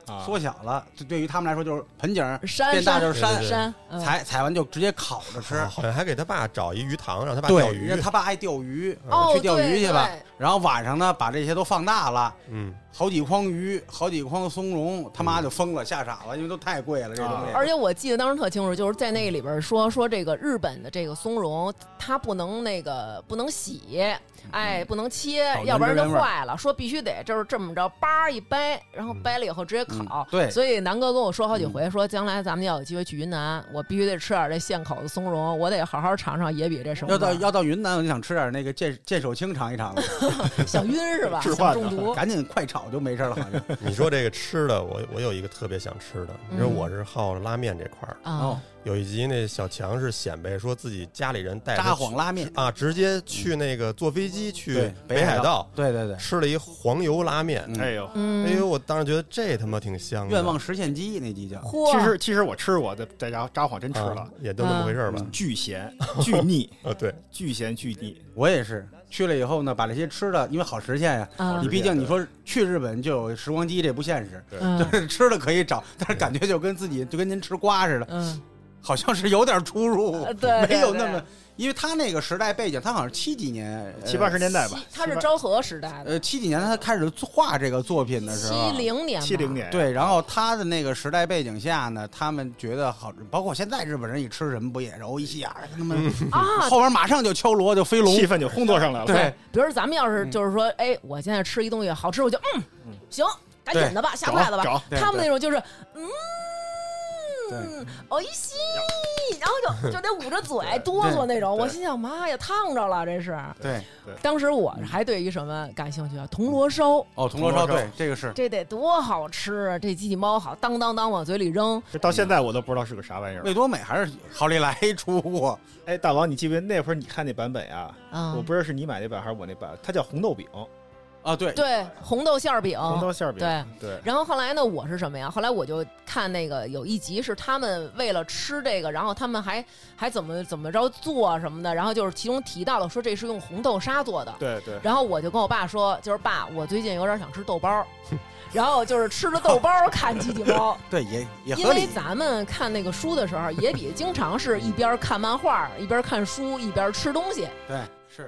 缩小了。对于他们来说，就是盆景变大就是山，采完就直接烤着吃。 好像还给他爸找一鱼塘，让他爸钓鱼。 他爸爱钓鱼，去钓鱼去吧。然后晚上呢，把这些都放大了，好几筐鱼，好几筐松茸，他妈就疯了，吓傻了，因为都太贵了这东西。 而且我记得当时特清楚，就是在那里边说这个日本的这个松茸，它不能洗，不能切，要不然就坏了。说必须得就是这么着，叭一掰，然后掰了以后直接烤。 对， 所以南哥跟我说好几回，说将来咱们要有机会去云南，我必须得吃点这现烤的松茸，我得好好尝尝野比这什么。 要到云南，我就想吃点那个剑手青尝一尝了。 想晕是吧？想中毒， 赶紧快炒就没事了，好像。 你说这个吃的，我有一个特别想吃的，你说我是好拉面这块儿有一集那小强是显摆说自己家里人带札幌拉面直接去那个坐飞机去北海道， 对， 吃了一黄油拉面。哎呦，我当时觉得这他妈挺香的。 愿望实现机那集叫。 其实我吃过，在札幌真吃了， 也都那么回事吧。 巨咸巨腻对， 巨咸巨腻。 我也是去了以后呢，把这些吃的，因为好实现呀。你毕竟你说去日本就有时光机，这不现实。就是吃的可以找，但是感觉就跟您吃瓜似的。好像是有点出入， 对， 没有那么，因为他那个时代背景，他好像是70几年、 70、80年代吧， 他是昭和时代的。 70几年他开始画这个作品的时候 ，70年， 对，然后他的那个时代背景下呢，他们觉得好，包括现在日本人一吃什么不也是欧一西亚他们后边马上就敲锣就飞龙， 气氛就烘托上来了。 对， 比如咱们要是就是说，我现在吃一东西好吃，我就行，赶紧的吧，下筷子吧。他们那种就是哦一吸，然后就得捂着嘴哆嗦那种。我心想，妈呀，烫着了，这是。 对， 当时我还对于什么感兴趣啊？铜锣烧。 铜锣烧，对，这个是。 这得多好吃啊！这机器猫好，当当当往嘴里扔。 这到现在我都不知道是个啥玩意儿。 味多美还是好利来出过？ 大王，你记不记得那会儿你看那版本啊？我不知道是你买那版还是我那版，它叫红豆饼。 对，红豆馅饼， 对。 然后后来呢，我是什么呀？后来我就看那个有一集是他们为了吃这个，然后他们还怎么着做什么的，然后就是其中提到了说这是用红豆沙做的。 对。 然后我就跟我爸说，就是爸，我最近有点想吃豆包，然后就是吃着豆包看机器猫。 对，也合理。 因为咱们看那个书的时候，也比经常是一边看漫画一边看书一边吃东西。 对，是。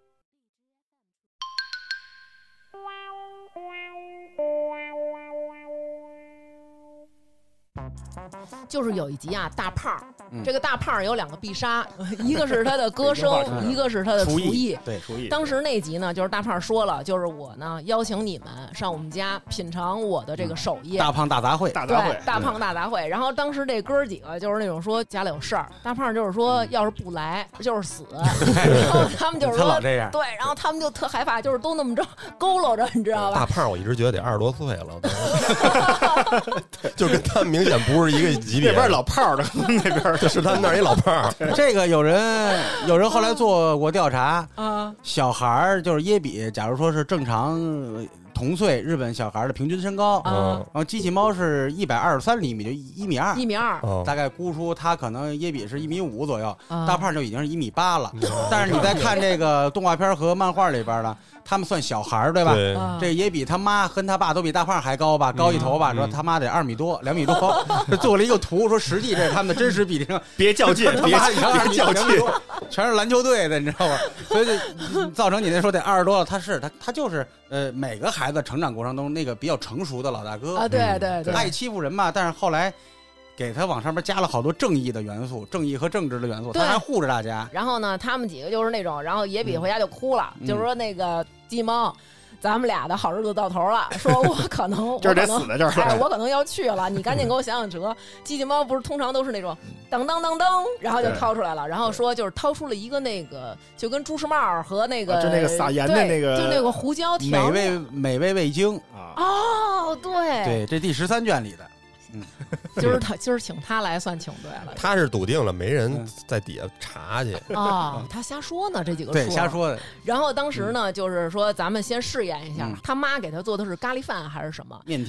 就是有一集啊，大胖，这个大胖有2个必杀，一个是他的歌声，一个是他的厨艺。 对，厨艺。 当时那集呢，就是大胖说了，就是我呢邀请你们上我们家品尝我的这个手艺。 大胖大杂烩， 对，大胖大杂烩。然后当时这哥几个就是那种说家里有事儿，大胖就是说要是不来就是死，然后他们就是说他老这样， 对，然后他们就特害怕，就是都那么着佝偻着，你知道吧？ 大胖我一直觉得得20多岁了，就跟他明显不是一个级别。 那边老炮儿的，那边是他们那儿一老炮儿。 这个有人后来做过调查小孩儿就是耶比，假如说是正常同岁日本小孩的平均身高，然后机器猫是123厘米，就1.2米 ，1.2米， 大概估出他可能耶比是1.5米左右，大胖就已经是1.8米了。但是你再看这个动画片和漫画里边呢，他们算小孩对吧？ 对， 这也比他妈跟他爸都比大胖还高吧，高一头吧，说他妈得2米多、2米多。这做了一个图，说实际这是他们的真实比例， 别较劲，别较劲， 全是篮球队的，你知道吧？所以就造成你那说得20多了，他就是每个孩子成长过程中那个比较成熟的老大哥啊，对， 爱欺负人嘛，但是后来。给他往上面加了好多正义的元素，正义和正直的元素，他还护着大家。 然后呢，他们几个就是那种，然后野比回家就哭了，就是说那个鸡猫，咱们俩的好日子到头了，说我可能这得死在这儿， 我可能要去了，你赶紧给我想想辙。机器猫不是通常都是那种当当当当，然后就掏出来了，然后说就是掏出了一个那个就跟猪食帽和那个就那个撒盐的那个， 就那个胡椒调美味味精啊。哦，对， 这第13卷里的。 今儿请他来算请对了， 他是笃定了没人在底下查去啊，他瞎说呢，这几个对瞎说的。 然后当时呢，就是说咱们先试验一下，他妈给他做的是咖喱饭还是什么面条？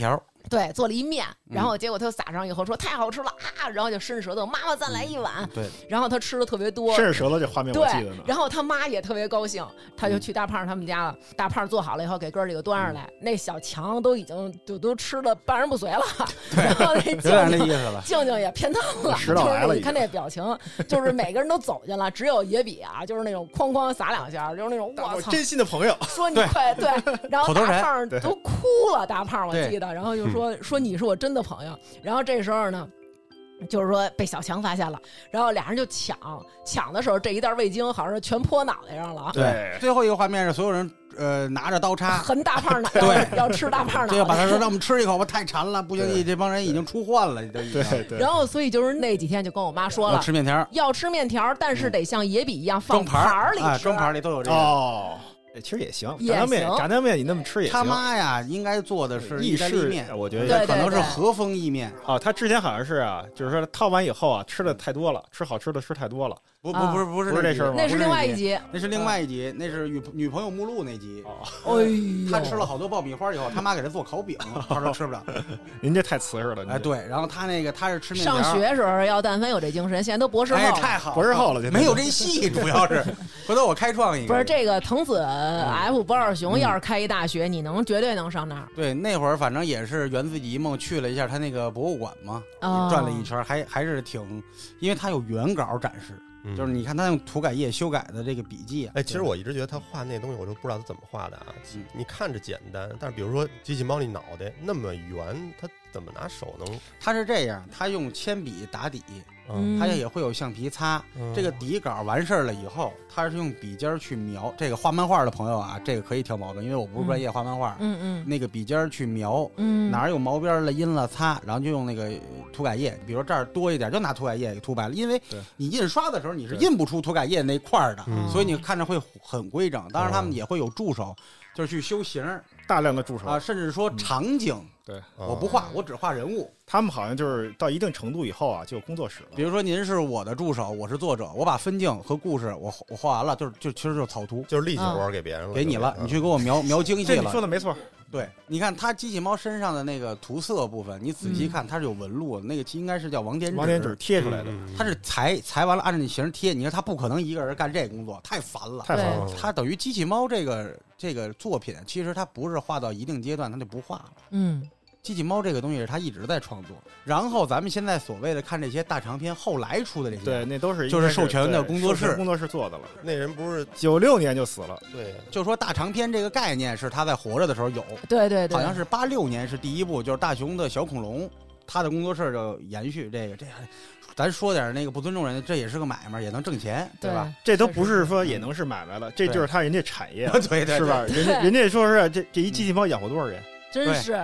对，做了一面，然后结果他就撒上以后说太好吃了啊，然后就伸舌头，妈妈再来一碗。 对， 然后他吃的特别多， 伸舌头这画面我记得呢。 然后他妈也特别高兴，他就去大胖他们家了。大胖做好了以后给哥几个端上来，那小强都已经都吃的半人不遂了。然后那静静也偏瘫了，就是你看那表情，就是每个人都走进了，只有野比啊，就是那种哐哐撒2下，就是那种我操， 真心的朋友， 说你快对，然后大胖都哭了，大胖我记得，然后就说你是我真的朋友。然后这时候呢，就是说被小强发现了，然后俩人就抢的时候，这一袋味精好像是全泼脑袋上了。 对，最后一个画面是所有人拿着刀叉横大胖脑袋， 对， 要吃大胖脑袋， 这个把他说让我们吃一口吧，太馋了，不行，这帮人已经出患了， 对。 然后所以就是那几天就跟我妈说了，要吃面条，但是得像野比一样放盘里吃， 装盘里都有这个哦。其实也行，炸酱面你那么吃也行。 他妈呀，应该做的是意大利面， 我觉得可能是和风意面。 哦，他之前好像是啊，就是说套完以后啊，吃的太多了，吃好吃的吃太多了。 不是这事儿吗？ 那是另外一集， 那是另外一集，那是女朋友目录那集。他吃了好多爆米花以后，他妈给他做烤饼，他说吃不了。 您这太瓷实了。 哎，对，然后他是吃面条。 上学时候要但凡有这精神，现在都博士后了， 太好， 博士后了， 没有这戏，主要是回头我开创一个。 不是这个藤子 F 不二雄要是开一大学，你绝对能上那儿。 对，那会儿反正也是圆自己一梦，去了一下他那个博物馆嘛，转了一圈，还是挺，因为他有原稿展示。就是你看他用涂改液修改的这个笔记其实我一直觉得他画那东西，我就不知道他怎么画的啊。你看着简单，但是比如说机器猫那脑袋那么圆，他怎么拿手能？ 他是这样，他用铅笔打底，他也会有橡皮擦。这个底稿完事儿了以后，他是用笔尖去描。这个画漫画的朋友啊，这个可以挑毛病，因为我不是专业画漫画。那个笔尖去描，哪有毛边了阴了擦，然后就用那个涂改液，比如这儿多一点，就拿涂改液给涂白了。因为你印刷的时候你是印不出涂改液那块的，所以你看着会很规整。当然他们也会有助手，就是去修形， 大量的助手啊，甚至说场景。 对， 我不画，我只画人物。 他们好像就是到一定程度以后啊，就有工作室了。 比如说您是我的助手，我是作者，我把分镜和故事我画完了，就其实就是草图， 就是力气活给别人了， 给你了，你去给我描精细了。 这你说的没错。 对，你看他机器猫身上的那个涂色部分，你仔细看，它是有纹路的，那个应该是叫网点纸贴出来的。 它是裁完了按照你形贴，你看他不可能一个人干这工作，太烦了。他等于机器猫这个作品，其实它不是画到一定阶段他就不画了。机器猫这个东西是他一直在创作，然后咱们现在所谓的看这些大长篇后来出的这些， 对，那都是就是授权的工作室做的了。 那人不是 96年就死了， 对， 就说大长篇这个概念是他在活着的时候有， 对， 好像是86年是第一部，就是大雄的小恐龙，他的工作室就延续这个。咱说点那个不尊重人，这也是个买卖，也能挣钱，对吧？ 这都不是说也能是买卖了，这就是人家产业， 对， 是吧？人家说是这一机器猫养活多少人， 真是。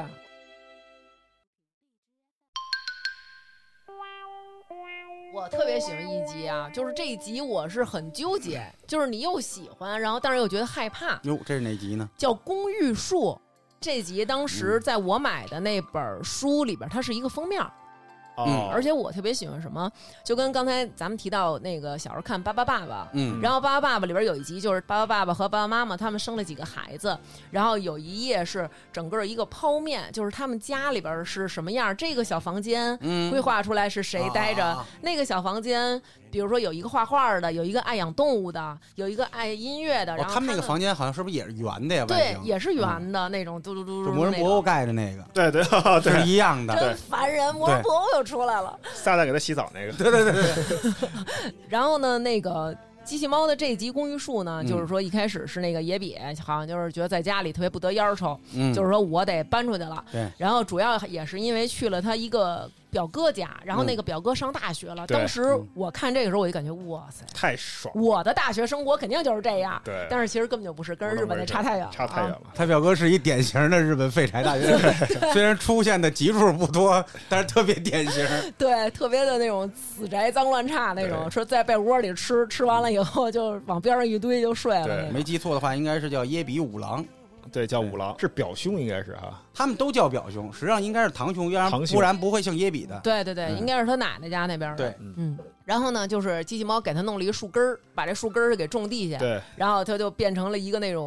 我特别喜欢一集啊，就是这一集我是很纠结，就是你又喜欢，然后但是又觉得害怕。 哟，这是哪集呢？ 叫《公寓树》。这集当时在我买的那本书里边，它是一个封面。而且我特别喜欢什么，就跟刚才咱们提到那个小时候看《巴巴爸爸》，然后《巴巴爸爸》里边有一集就是巴巴爸爸和爸爸妈妈他们生了几个孩子，然后有一页是整个一个剖面，就是他们家里边是什么样，这个小房间规划出来是谁待着，那个小房间比如说有一个画画的，有一个爱养动物的，有一个爱音乐的，然后他们那个房间好像是不是也是圆的呀？ 对，也是圆的那种，嘟嘟嘟嘟， 魔人布欧盖的那个， 对对， 是一样的， 真烦人，魔人布欧又出来了， 撒旦给他洗澡那个， 对。 然后呢，那个机器猫的这一集公寓树呢，就是说一开始是那个野比，好像就是觉得在家里特别不得烟抽，就是说我得搬出去了。 对， 然后主要也是因为去了他一个表哥家，然后那个表哥上大学了。当时我看这个时候我就感觉哇塞， 太爽！ 我的大学生活肯定就是这样。 对， 但是其实根本就不是，跟日本那差太远了。 差太远了。 他表哥是一典型的日本废柴大学生，虽然出现的集数不多，但是特别典型。 对，特别的那种死宅脏乱差那种，说在被窝里吃完了以后就往边上一堆就睡了。 没记错的话，应该是叫耶比五郎。 对，叫五郎，是表兄，应该是哈。 他们都叫表兄，实际上应该是堂兄，不然不会姓耶比的。 对对对，应该是他奶奶家那边的。 对， 然后呢，就是机器猫给他弄了一个树根儿，把这树根儿给种地下。 对， 然后他就变成了一个那种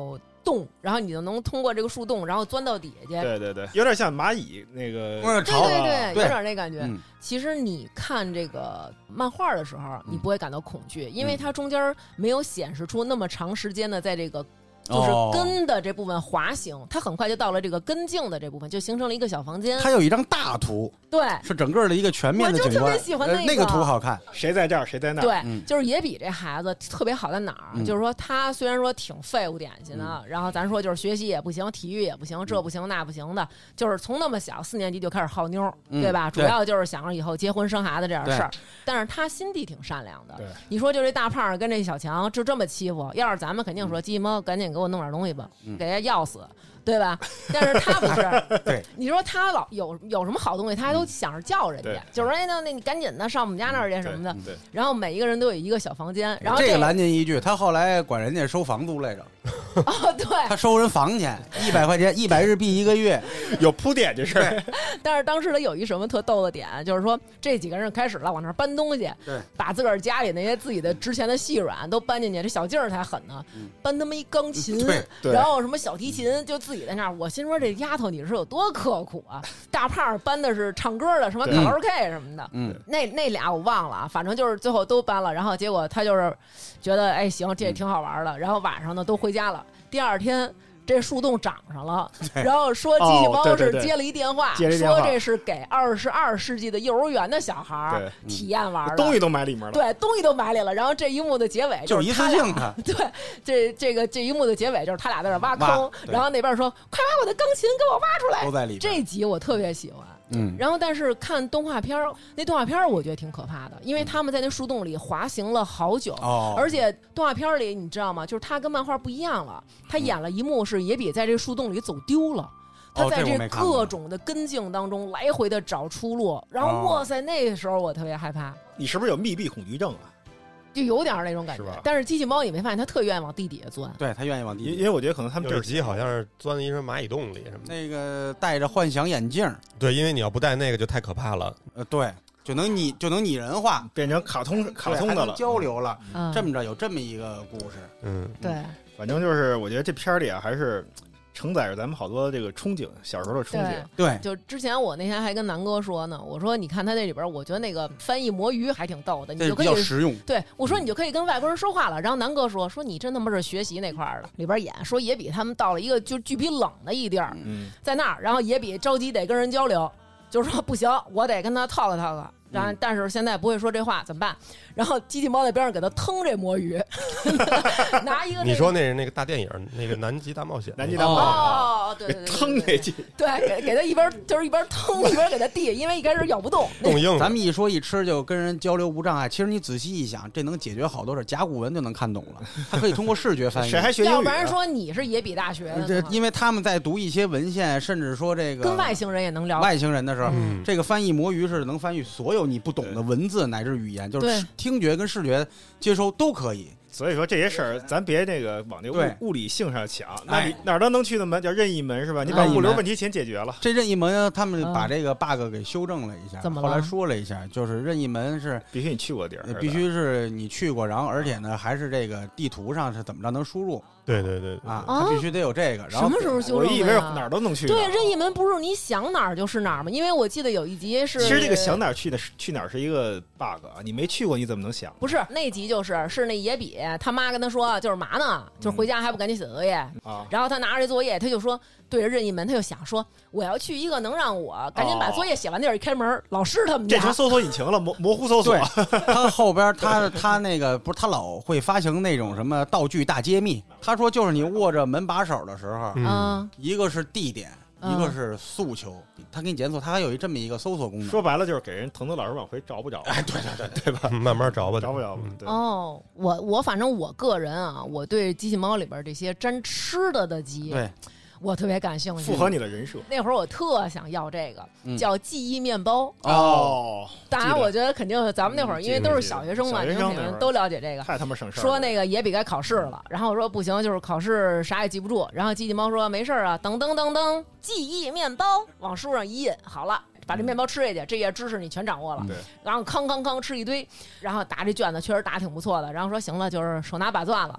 洞，然后你就能通过这个树洞，然后钻到底下去。 对对对，有点像蚂蚁那个。 对，有点那感觉。其实你看这个漫画的时候，你不会感到恐惧，因为它中间没有显示出那么长时间的在这个。就是根的这部分滑行，它很快就到了这个根茎的这部分，就形成了一个小房间。 它有一张大图， 对， 是整个的一个全面的景观。 我就特别喜欢那个图好看。 谁在这儿，谁在那儿。 对，就是野比这孩子特别好在哪儿？就是说他虽然说挺废物点心的，然后咱说就是学习也不行，体育也不行，这不行那不行的，就是从那么小4年级就开始好妞，对吧？主要就是想着以后结婚生孩子这点事儿。但是他心地挺善良的。你说就这大胖跟这小强就这么欺负，要是咱们肯定说鸡毛赶紧给我弄点东西吧。给他要死，对吧？但是他不是。 对， 你说他老有什么好东西，他还都想着叫人家，就是说那你赶紧的上我们家那儿去什么的。然后每一个人都有一个小房间。然后这个拦您一句，他后来管人家收房租来着。 哦，对， 他收人房钱100块钱，100日币1个月， 有铺垫这事儿。 但是当时他有一什么特逗的点，就是说这几个人开始了往那儿搬东西，把自个儿家里那些自己的之前的细软都搬进去。这小静儿才狠呢，搬他妈一钢琴，然后什么小提琴，就自己在那儿。我心说这丫头你是有多刻苦啊！大胖搬的是唱歌的，什么卡拉 OK 什么的。那俩我忘了，反正就是最后都搬了。然后结果他就是觉得哎行，这也挺好玩的。然后晚上呢都回家了。第二天这树洞长上了，然后说机器猫是接了一电话，说这是给22世纪的幼儿园的小孩体验玩的， 东西都埋里面了。 对，东西都埋里了。然后这一幕的结尾就是一次性的。 对，这一幕的结尾就是他俩在那挖坑，然后那边说快把我的钢琴给我挖出来， 都在里边。 这集我特别喜欢。然后但是看动画片，那动画片我觉得挺可怕的，因为他们在那树洞里滑行了好久，而且动画片里你知道吗？就是他跟漫画不一样了，他演了一幕是野比在这树洞里走丢了。他在这各种的根茎当中来回的找出路，然后哇塞，那时候我特别害怕。 你是不是有密闭恐惧症啊？ 就有点那种感觉，但是机器猫你没发现它特愿意往地底下钻？ 对，它愿意往地底下， 因为我觉得可能他们这集好像是钻一什么蚂蚁洞里什么的。 那个戴着幻想眼镜， 对，因为你要不戴那个就太可怕了。 对，就能拟人化， 变成卡通的了， 交流了。这么着有这么一个故事。 对， 反正就是我觉得这片里啊还是承载着咱们好多这个憧憬，小时候的憧憬。 对， 就之前我那天还跟南哥说呢，我说你看他那里边，我觉得那个翻译魔芋还挺逗的，你就可以比较实用。 对，我说你就可以跟外国人说话了。然后南哥说你真他妈是学习那块的，里边演说野比他们到了一个就巨比冷的一地儿，在那儿，然后野比着急得跟人交流，就是说不行，我得跟他talk。但是现在不会说这话怎么办？然后机器猫在边上给他腾这魔芋，拿一个。 你说那是那个大电影，那个《南极大冒险》。 南极大冒险哦，对， 腾那句， 对，给他一边腾一边给他递，因为一开始咬不动。 冻硬。 咱们一说一吃就跟人交流无障碍，其实你仔细一想，这能解决好多事。甲骨文就能看懂了，他可以通过视觉翻译。 谁还学英语？ 要不然说你是野比大学的， 因为他们在读一些文献，甚至说这个跟外星人也能聊。 外星人的时候，这个翻译魔芋是能翻译所有你不懂的文字乃至语言，就是听觉跟视觉接收都可以。 所以说这些事儿，咱别那个往那个物理性上抢，那你哪儿都能去的门叫任意门是吧？你把物流问题先解决了。 这任意门他们把这个 bug 给修正了一下，后来说了一下，就是任意门是必须你去过地儿， 必须是你去过，然后而且呢还是这个地图上是怎么着能输入。 对啊，他必须得有这个。然后什么时候修正？ 我以为哪儿都能去。 对，任意门不是你想哪儿就是哪儿吗？因为我记得有一集是， 其实这个想哪儿去哪儿是一个 bug 啊，你没去过你怎么能想？ 不是那集是那野比他妈跟他说就是嘛呢，就是回家还不赶紧写作业啊。然后他拿着这作业，他就说对着任意门，他就想说我要去一个能让我赶紧把作业写完地儿，一开门老师他们家。 这成搜索引擎了，模糊搜索。 他后边他那个不是他老会发行那种什么道具大揭秘，他说就是你握着门把手的时候，一个是地点，一个是诉求，他给你检索，他还有这么一个搜索功能。 说白了就是给人腾腾老师往回找不着。 哎，对吧？ 慢慢找吧， 找不着。 哦，我反正我个人啊，我对机器猫里边这些沾吃的集， 对。 我特别感兴趣， 符合你的人设。 那会儿我特想要这个，叫记忆面包。当然我觉得肯定咱们那会儿因为都是小学生嘛，你们肯定都了解这个。 太他妈省事儿了。 说那个野比该考试了，然后我说不行，就是考试啥也记不住。然后机器猫说没事啊，噔噔噔噔，记忆面包往书上一印，好了。把这面包吃下去，这页知识你全掌握了。然后康吃一堆，然后答这卷子确实答挺不错的。然后说行了，就是手拿把攥了。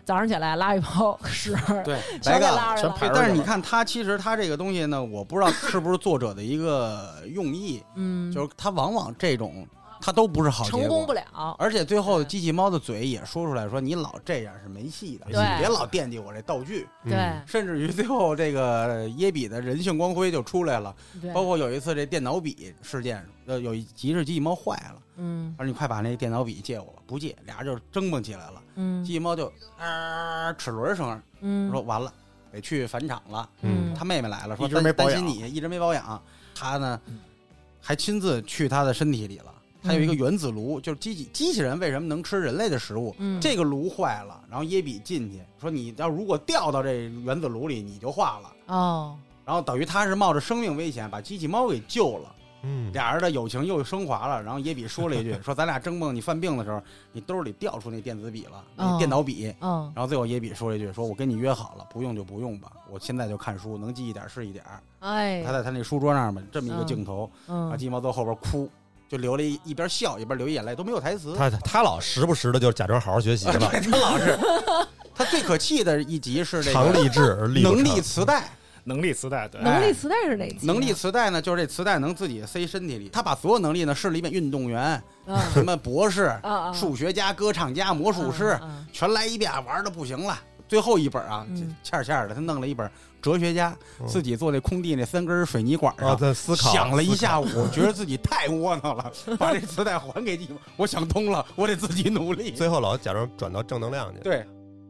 早上起来拉一泡屎， 对， 全给拉着了。 但是你看他其实他这个东西呢，我不知道是不是作者的一个用意，就是他往往这种。他都不是好结果， 成功不了。 而且最后机器猫的嘴也说出来说：“你老这样是没戏的，别老惦记我这道具。” 对， 甚至于最后这个耶比的人性光辉就出来了。包括有一次这电脑笔事件，有一集是机器猫坏了，说你快把那电脑笔借我吧，不借，俩人就争蹦起来了。机器猫就齿轮声，说完了得去返厂了。他妹妹来了，说担心你一直没保养，他呢还亲自去他的身体里了。还有一个原子炉，就是机器人为什么能吃人类的食物？这个炉坏了，然后耶比进去说：“你要如果掉到这原子炉里，你就化了。”然后等于他是冒着生命危险把机器猫给救了。俩人的友情又升华了。然后耶比说了一句：“说咱俩争梦，你犯病的时候，你兜里掉出那电子笔了，那电脑笔。”然后最后耶比说了一句：“说我跟你约好了，不用就不用吧，我现在就看书，能记一点是一点。”他在他那书桌那儿嘛，这么一个镜头，机器猫在后边哭。就流了一边笑一边流眼泪，都没有台词。 他老时不时的就假装好好学习了。 他老是。他最可气的一集是这个常立志能力磁带。 能力磁带，对， 能力磁带是哪集？ 能力磁带呢，就是这磁带能自己塞身体里。他把所有能力呢试了一遍，运动员、什么博士、数学家、歌唱家、魔术师，全来一遍，玩的不行了。最后一本啊，欠的，他弄了一本哲学家，自己坐那空地那3根水泥管上， 在思考， 想了一下午，觉得自己太窝囊了，把这磁带还给你们。我想通了，我得自己努力。 最后老假装转到正能量去。 对。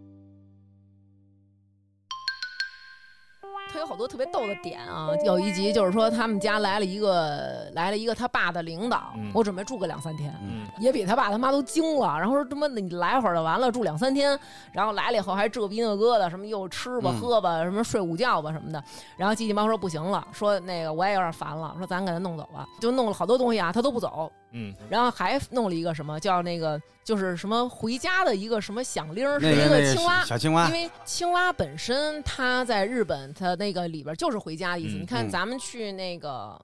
他有好多特别逗的点啊！有一集就是说他们家来了一个他爸的领导，我准备住个2-3天，也比他爸他妈都惊了。然后说他妈的你来会儿就完了，住2-3天，然后来了以后还这逼那个的，什么又吃吧喝吧，什么睡午觉吧什么的。然后机器猫说不行了，说那个我也有点烦了，说咱给他弄走吧，就弄了好多东西啊，他都不走。然后还弄了一个什么叫那个就是什么回家的一个什么响铃，是一个青蛙， 小青蛙。 因为青蛙本身它在日本它那个里边就是回家的意思。你看咱们去那个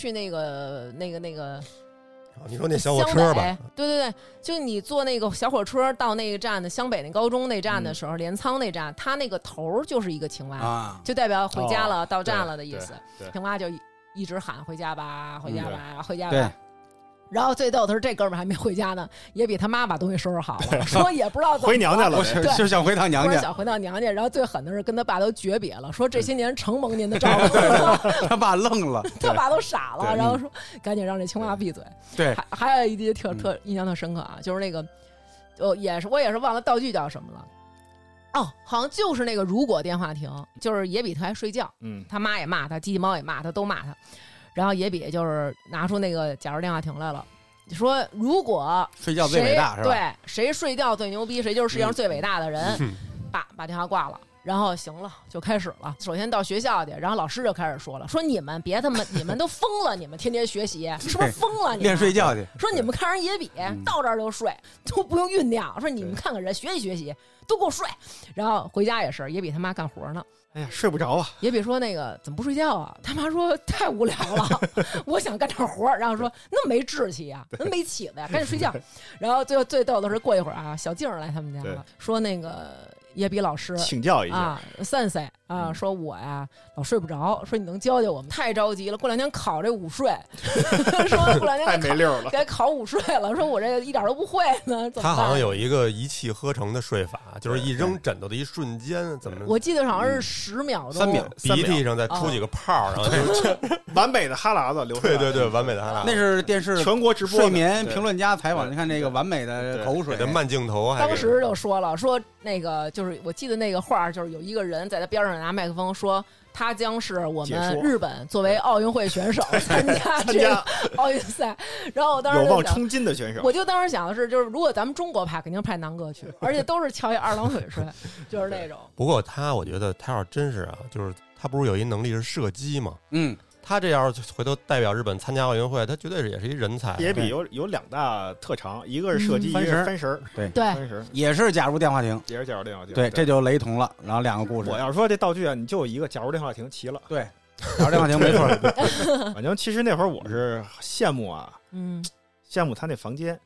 你说那小火车吧， 对，就你坐那个小火车到那个站的湘北那高中那站的时候，镰仓那站，它那个头就是一个青蛙，就代表回家了，到站了的意思。青蛙就一直喊回家吧，回家吧，回家吧。然后最逗的是这哥们儿还没回家呢，也比他妈把东西收拾好了，说也不知道怎么回娘家了， 就想回趟娘家， 想回趟娘家。然后最狠的是跟他爸都诀别了，说这些年承蒙您的照顾。 他爸愣了， 他爸都傻了，然后说赶紧让这青蛙闭嘴。 对， 还有一集特印象特深刻啊，就是那个我也是忘了道具叫什么了。好像就是那个如果电话亭，就是也比他还睡觉，他妈也骂他，机器猫也骂他，都骂他。然后也比就是拿出那个假如电话亭来了，说如果睡觉最伟大是吧？ 对，谁睡觉最牛逼，谁就是世界上最伟大的人。把电话挂了，然后行了，就开始了。首先到学校去，然后老师就开始说了，说你们别你们都疯了，你们天天学习是不是疯了？ 练睡觉去。 说你们看人也比到这儿就睡，都不用酝酿。说你们看看人学习都给我睡。然后回家也是，也比他妈干活呢。 哎呀，睡不着啊！ 也别说那个怎么不睡觉啊？他妈说太无聊了，我想干点活。然后说那没志气呀，那没起子呀，赶紧睡觉。然后最逗的是过一会儿啊，小静来他们家了，说那个也比老师请教一下啊，Sensei啊，说我呀老睡不着，说你能教教我们？太着急了，过2天考这午睡，说过2天太没溜了， 该考午睡了。说我这一点都不会呢， 他好像有一个一气呵成的睡法，就是一扔枕头的一瞬间，怎么？ 我记得好像是10秒钟，3 秒， 鼻涕上再出几个泡，然后就完美的哈喇子流出来。 对，完美的哈喇子。 那是电视全国直播睡眠评论家采访，你看那个完美的口水的慢镜头， 当时就说了，说那个就是我记得那个话，就是有一个人在他边上拿麦克风说，他将是我们日本作为奥运会选手参加这个奥运赛。然后我当时有望冲金的选手， 我就当时想的是，就是如果咱们中国派，肯定派南哥去，而且都是翘一2郎腿睡，就是那种。 不过我觉得他要真是啊，就是他不是有一能力是射击吗？他这要回头代表日本参加奥运会，他绝对也是一人才。 也比有2大特长，一个是射击，一个是翻绳。 对， 翻绳也是假如电话亭， 也是假如电话亭。 对，这就雷同了。然后2个故事。 我要说这道具啊，你就有一个假如电话亭齐了。 对，假如电话亭没错。 反正其实那会儿我是羡慕啊，羡慕他那房间。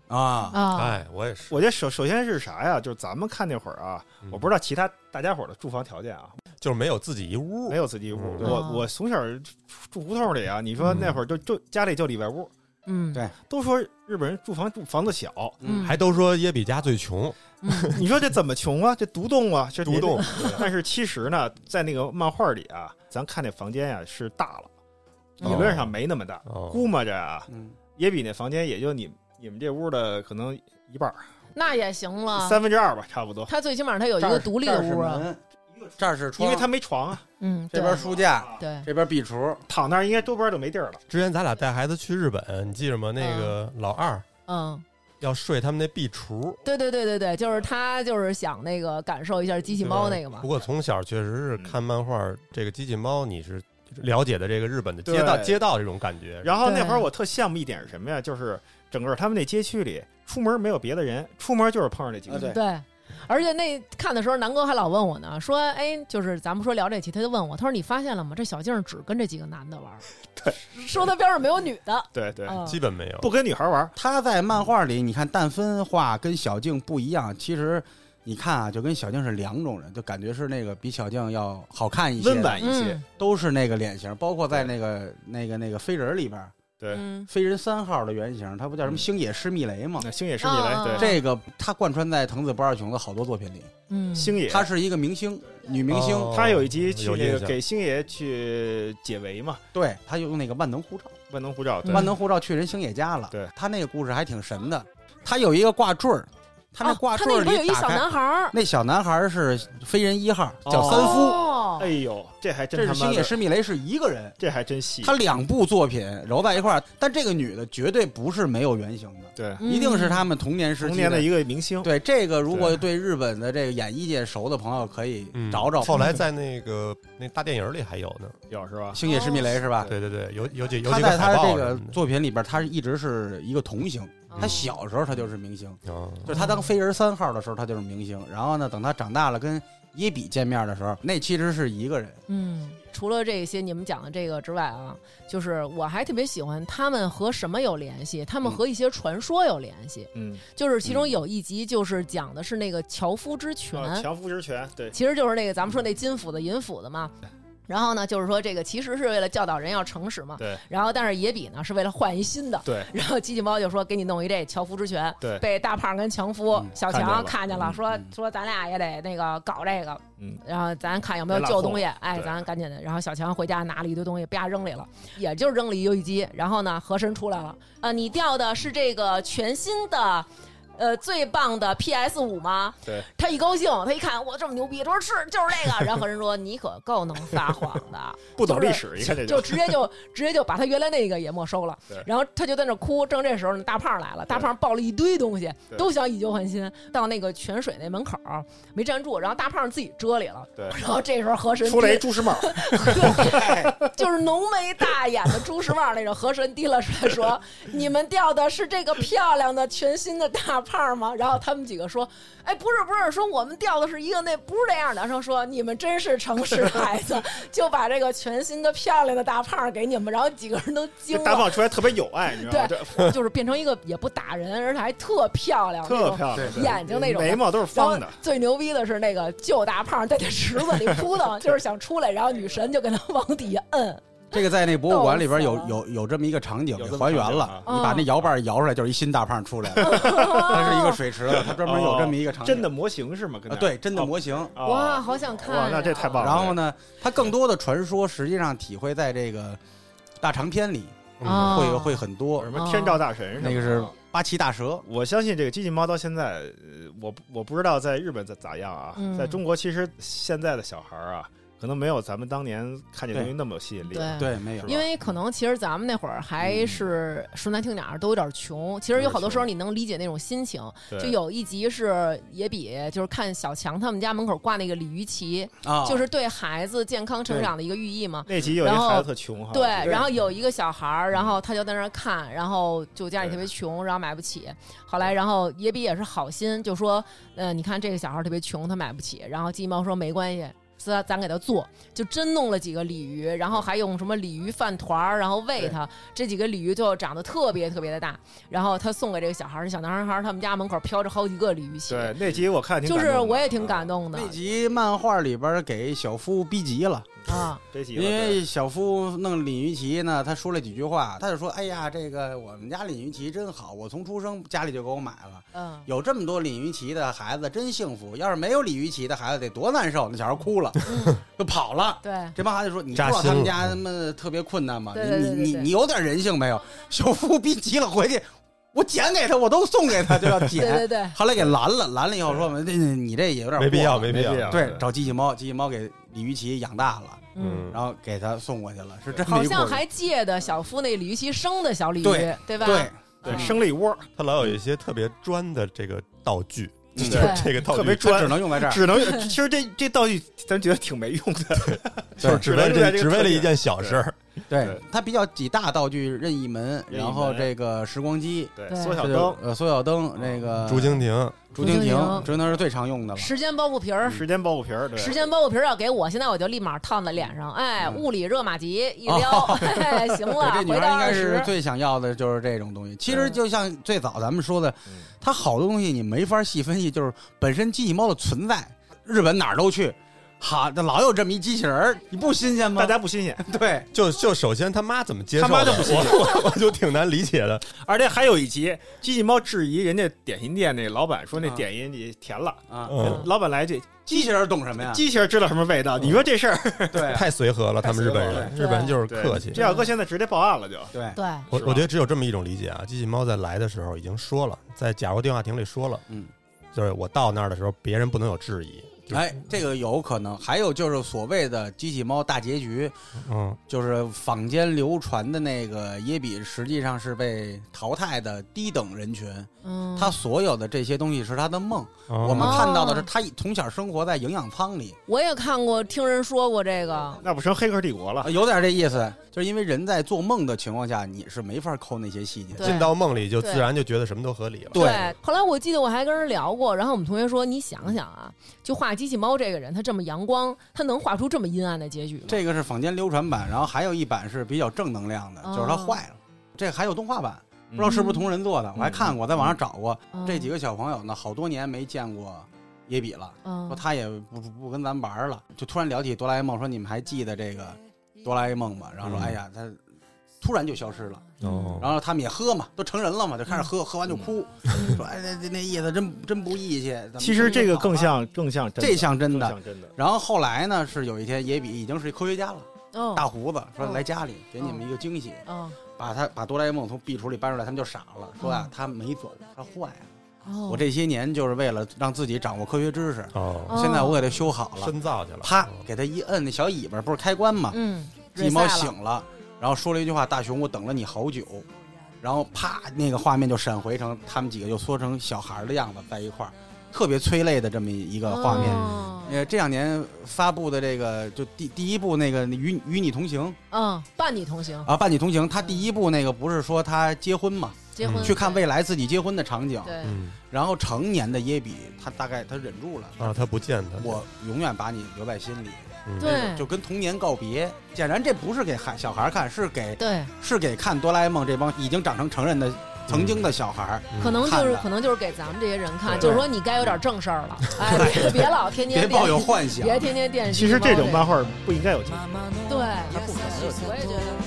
哎，我也是。 我觉得首先是啥呀？就是咱们看那会儿啊，我不知道其他大家伙的住房条件啊， 就是没有自己一屋， 没有自己一屋。我从小住胡同里啊，你说那会儿就家里就里外屋。 对， 都说日本人住房子小， 还都说耶比家最穷。 你说这怎么穷啊？这独栋啊，这独栋。但是其实呢，在那个漫画里啊，咱看那房间呀是大了，理论上没那么大，估摸着啊，也比那房间也就你们这屋的可能一半， 那也行了 ，2/3吧，差不多。 他最起码他有一个独立的屋啊。 这儿是床， 因为他没床啊。 这边书架， 对， 这边壁橱， 躺那儿应该周边就没地儿了。 之前咱俩带孩子去日本，你记着吗？那个老二，要睡他们那壁橱。 对，就是他就是想那个感受一下机器猫那个嘛。 不过从小确实是看漫画，这个机器猫你是了解的这个日本的街道这种感觉。 然后那会儿我特羡慕一点是什么呀？就是整个他们那街区里，出门没有别的人，出门就是碰上这几个。 对。而且那看的时候，南哥还老问我呢，说：“哎，就是咱们说聊这期，他就问我，他说你发现了吗？这小静只跟这几个男的玩， 对， 说他边上没有女的， 对， 基本没有， 不跟女孩玩。 他在漫画里，你看淡分画跟小静不一样，其实你看啊，就跟小静是两种人，就感觉是那个比小静要好看一些、 温婉一些， 都是那个脸型，包括在那个飞人里边。” 对， 飞人3号的原型，他不叫什么星野施密雷吗？ 星野施密雷，对， 这个他贯穿在藤子不二雄的好多作品里。星野，她是一个明星，女明星。 她有一集去那个给星野去解围嘛， 对，她用那个万能护照去人星野家了。 对， 她那个故事还挺神的。她有一个挂坠儿，她那挂坠里有一小男孩， 那小男孩是飞人1号，叫三夫。 哎呦，这还真这是星野施密雷是一个人， 这还真细。 他2部作品揉在一块儿，但这个女的绝对不是没有原型的， 对， 一定是他们童年时期的一个明星。 对，这个如果对日本的这个演艺界熟的朋友可以找找。 后来在那大电影里还有呢， 有是吧？ 星野施密雷是吧？ 对，有几个他在他这个作品里边，他一直是一个童星。他小时候他就是明星，就是他当飞人3号的时候他就是明星。然后呢，等他长大了跟耶比见面的时候，那其实是一个人。 除了这些你们讲的这个之外啊，就是我还特别喜欢他们和什么有联系？他们和一些传说有联系。就是其中有一集就是讲的是那个樵夫之泉。 樵夫之泉，对， 其实就是那个咱们说那金斧子银斧子嘛。然后呢，就是说这个其实是为了教导人要诚实嘛。 对。 然后但是野比呢是为了换一新的。 对。 然后机器猫就说给你弄一这樵夫之泉。 对。 被大胖跟强夫、小强看见了，说咱俩也得那个搞这个。然后咱看有没有旧东西，哎，咱赶紧的。然后小强回家拿了一堆东西，啪扔里了，也就是扔了一游戏机。然后呢，河神出来了，你掉的是这个全新的。最棒的 PS5 吗？ 对， 他一高兴，他一看我这么牛逼，他说是就是这个。然后人说你可够能撒谎的， 不懂历史，一看这就直接就把他原来那个也没收了。然后他就在那哭。正这时候，大胖来了，大胖抱了一堆东西，都想以旧换新。到那个泉水那门口没站住，然后大胖自己遮里了。 对， 然后这时候河神出来一朱时茂， 就是浓眉大眼的朱时茂那种。河神提了出来说：“你们掉的是这个漂亮的全新的大胖吗？”然后他们几个说：“哎，不是，说我们掉的是一个那不是这样的。”然后说：“你们真是诚实孩子，就把这个全新的漂亮的大胖给你们。”然后几个人都惊了。 大胖出来特别有爱，你知道吗？ 对，就是变成一个也不打人，而且还特漂亮， 特漂亮， 眼睛那种， 眉毛都是方的。 最牛逼的是那个旧大胖在这池子里扑腾，就是想出来，然后女神就给他往底下摁。 这个在那博物馆里边有这么一个场景，给还原了。你把那摇把摇出来，就是一新大胖出来了。它是一个水池子，它专门有这么一个场景。 真的模型是吗？ 对，真的模型。 哇，好想看！ 哇，那这太棒了。 然后呢，它更多的传说实际上体会在这个大长篇里，会很多。 什么天照大神？ 那个是八岐大蛇。 我相信这个机器猫到现在，我不知道在日本咋样啊。在中国，其实现在的小孩啊。可能没有咱们当年看这东西那么有吸引力。 对，没有。 因为可能其实咱们那会儿还是说难听点儿都有点穷。其实有好多时候你能理解那种心情。就有一集是野比，就是看小强他们家门口挂那个鲤鱼旗，就是对孩子健康成长的一个寓意嘛。 那集有一个孩子特穷哈。 对，然后有一个小孩，然后他就在那儿看，然后就家里特别穷，然后买不起。后来，然后野比也是好心，就说你看这个小孩特别穷，他买不起。然后鸡毛说没关系。 咱给他做，就真弄了几个鲤鱼，然后还用什么鲤鱼饭团，然后喂他，这几个鲤鱼就长得特别特别的大，然后他送给这个小孩，这小男孩他们家门口飘着好几个鲤鱼旗。 对，那集我看挺就是我也挺感动的。 那集漫画里边给小夫逼急了啊， 因为小夫弄鲤鱼旗呢，他说了几句话，他就说：“哎呀，这个我们家鲤鱼旗真好，我从出生家里就给我买了，有这么多鲤鱼旗的孩子真幸福，要是没有鲤鱼旗的孩子得多难受。”那小孩哭了，就跑了。 对， 这帮孩子说：“你不知道他们家他们特别困难吗？你有点人性没有？”小夫逼急了，回去。我捡给他，我都送给他，就要捡。 对， 后来给拦了以后说：“你这也有点没必要。” 对，找机器猫给鲤鱼旗养大了，然后给他送过去了，是这么一。 好像还借的小夫那鲤鱼旗生的小鲤鱼，对吧？ 对，生了一窝。 他老有一些特别专的这个道具。 这个道具特别专， 只能用在这儿。 其实这道具咱觉得挺没用的， 就是只为了一件小事儿。 对，它比较几大道具：任意门，然后这个时光机， 对，缩小灯，那个竹蜻蜓是最常用的了。 时间包袱皮儿， 时间包袱皮儿要给我，现在我就立马烫在脸上，物理热玛吉一撩，行了。 这女孩应该是最想要的就是这种东西。其实就像最早咱们说的，它好多东西你没法细分析，就是本身机器猫的存在，日本哪儿都去。好，那老有这么一机器人，你不新鲜吗？ 大家不新鲜。 对， 就首先他妈怎么接受？ 他妈就不新鲜， 我就挺难理解的。 而且还有一集，机器猫质疑人家点心店那老板说那点心你甜了啊，老板来句机器人懂什么呀？ 机器人知道什么味道？你说这事儿， 对， 太随和了。他们日本人就是客气。 这要搁现在直接报案了就。 对， 我觉得只有这么一种理解啊。机器猫在来的时候已经说了，在假如电话亭里说了，就是我到那儿的时候，别人不能有质疑。 这个有可能。还有就是所谓的机器猫大结局，就是坊间流传的那个耶比实际上是被淘汰的低等人群，他所有的这些东西是他的梦。我们看到的是他从小生活在营养舱里。 我也看过，听人说过这个， 那不成黑客帝国了？ 有点这意思，就是因为人在做梦的情况下，你是没法抠那些细节， 进到梦里就自然就觉得什么都合理了。 对，后来我记得我还跟人聊过，然后我们同学说，你想想啊，就画机器猫这个人，他这么阳光，他能画出这么阴暗的结局吗？ 这个是坊间流传版，然后还有一版是比较正能量的，就是他坏了。这个还有动画版，不知道是不是同人做的，我还看过，在网上找过。这几个小朋友呢，好多年没见过耶比了，说他也不跟咱玩了，就突然聊起哆啦 A 梦，说你们还记得这个哆啦 A 梦吗？然后说哎呀，他突然就消失了。然后他们也喝嘛，都成人了嘛，就开始喝，喝完就哭，说哎那意思真不义气。 其实这个更像这像真的。然后后来呢，是有一天耶比已经是科学家了，大胡子说来家里给你们一个惊喜，把哆啦 A 梦从壁橱里搬出来，他们就傻了，说啊他没走，他坏了。我这些年就是为了让自己掌握科学知识，现在我给他修好了， 深造去了， 啪给他一摁，那小尾巴不是开关吗？机器猫醒了。然后说了一句话：“大熊，我等了你好久。”然后啪，那个画面就闪回成他们几个就缩成小孩的样子在一块儿，特别催泪的这么一个画面。这2年发布的这个就第一部那个与你同行， 伴你同行啊，伴你同行。他第一部那个不是说他结婚嘛？ 结婚去看未来自己结婚的场景。 对。 然后成年的耶比，他大概他忍住了啊，他不见他， 我永远把你留在心里。 对， 就跟童年告别。显然这不是给小孩看，是给看哆啦 A 梦这帮已经长成成人的曾经的小孩， 可能就是给咱们这些人看，就是说你该有点正事儿了，哎，别老天天别抱有幻想， 别天天惦记。 其实这种漫画不应该有结局， 对， 它不可能有结局。 我也觉得。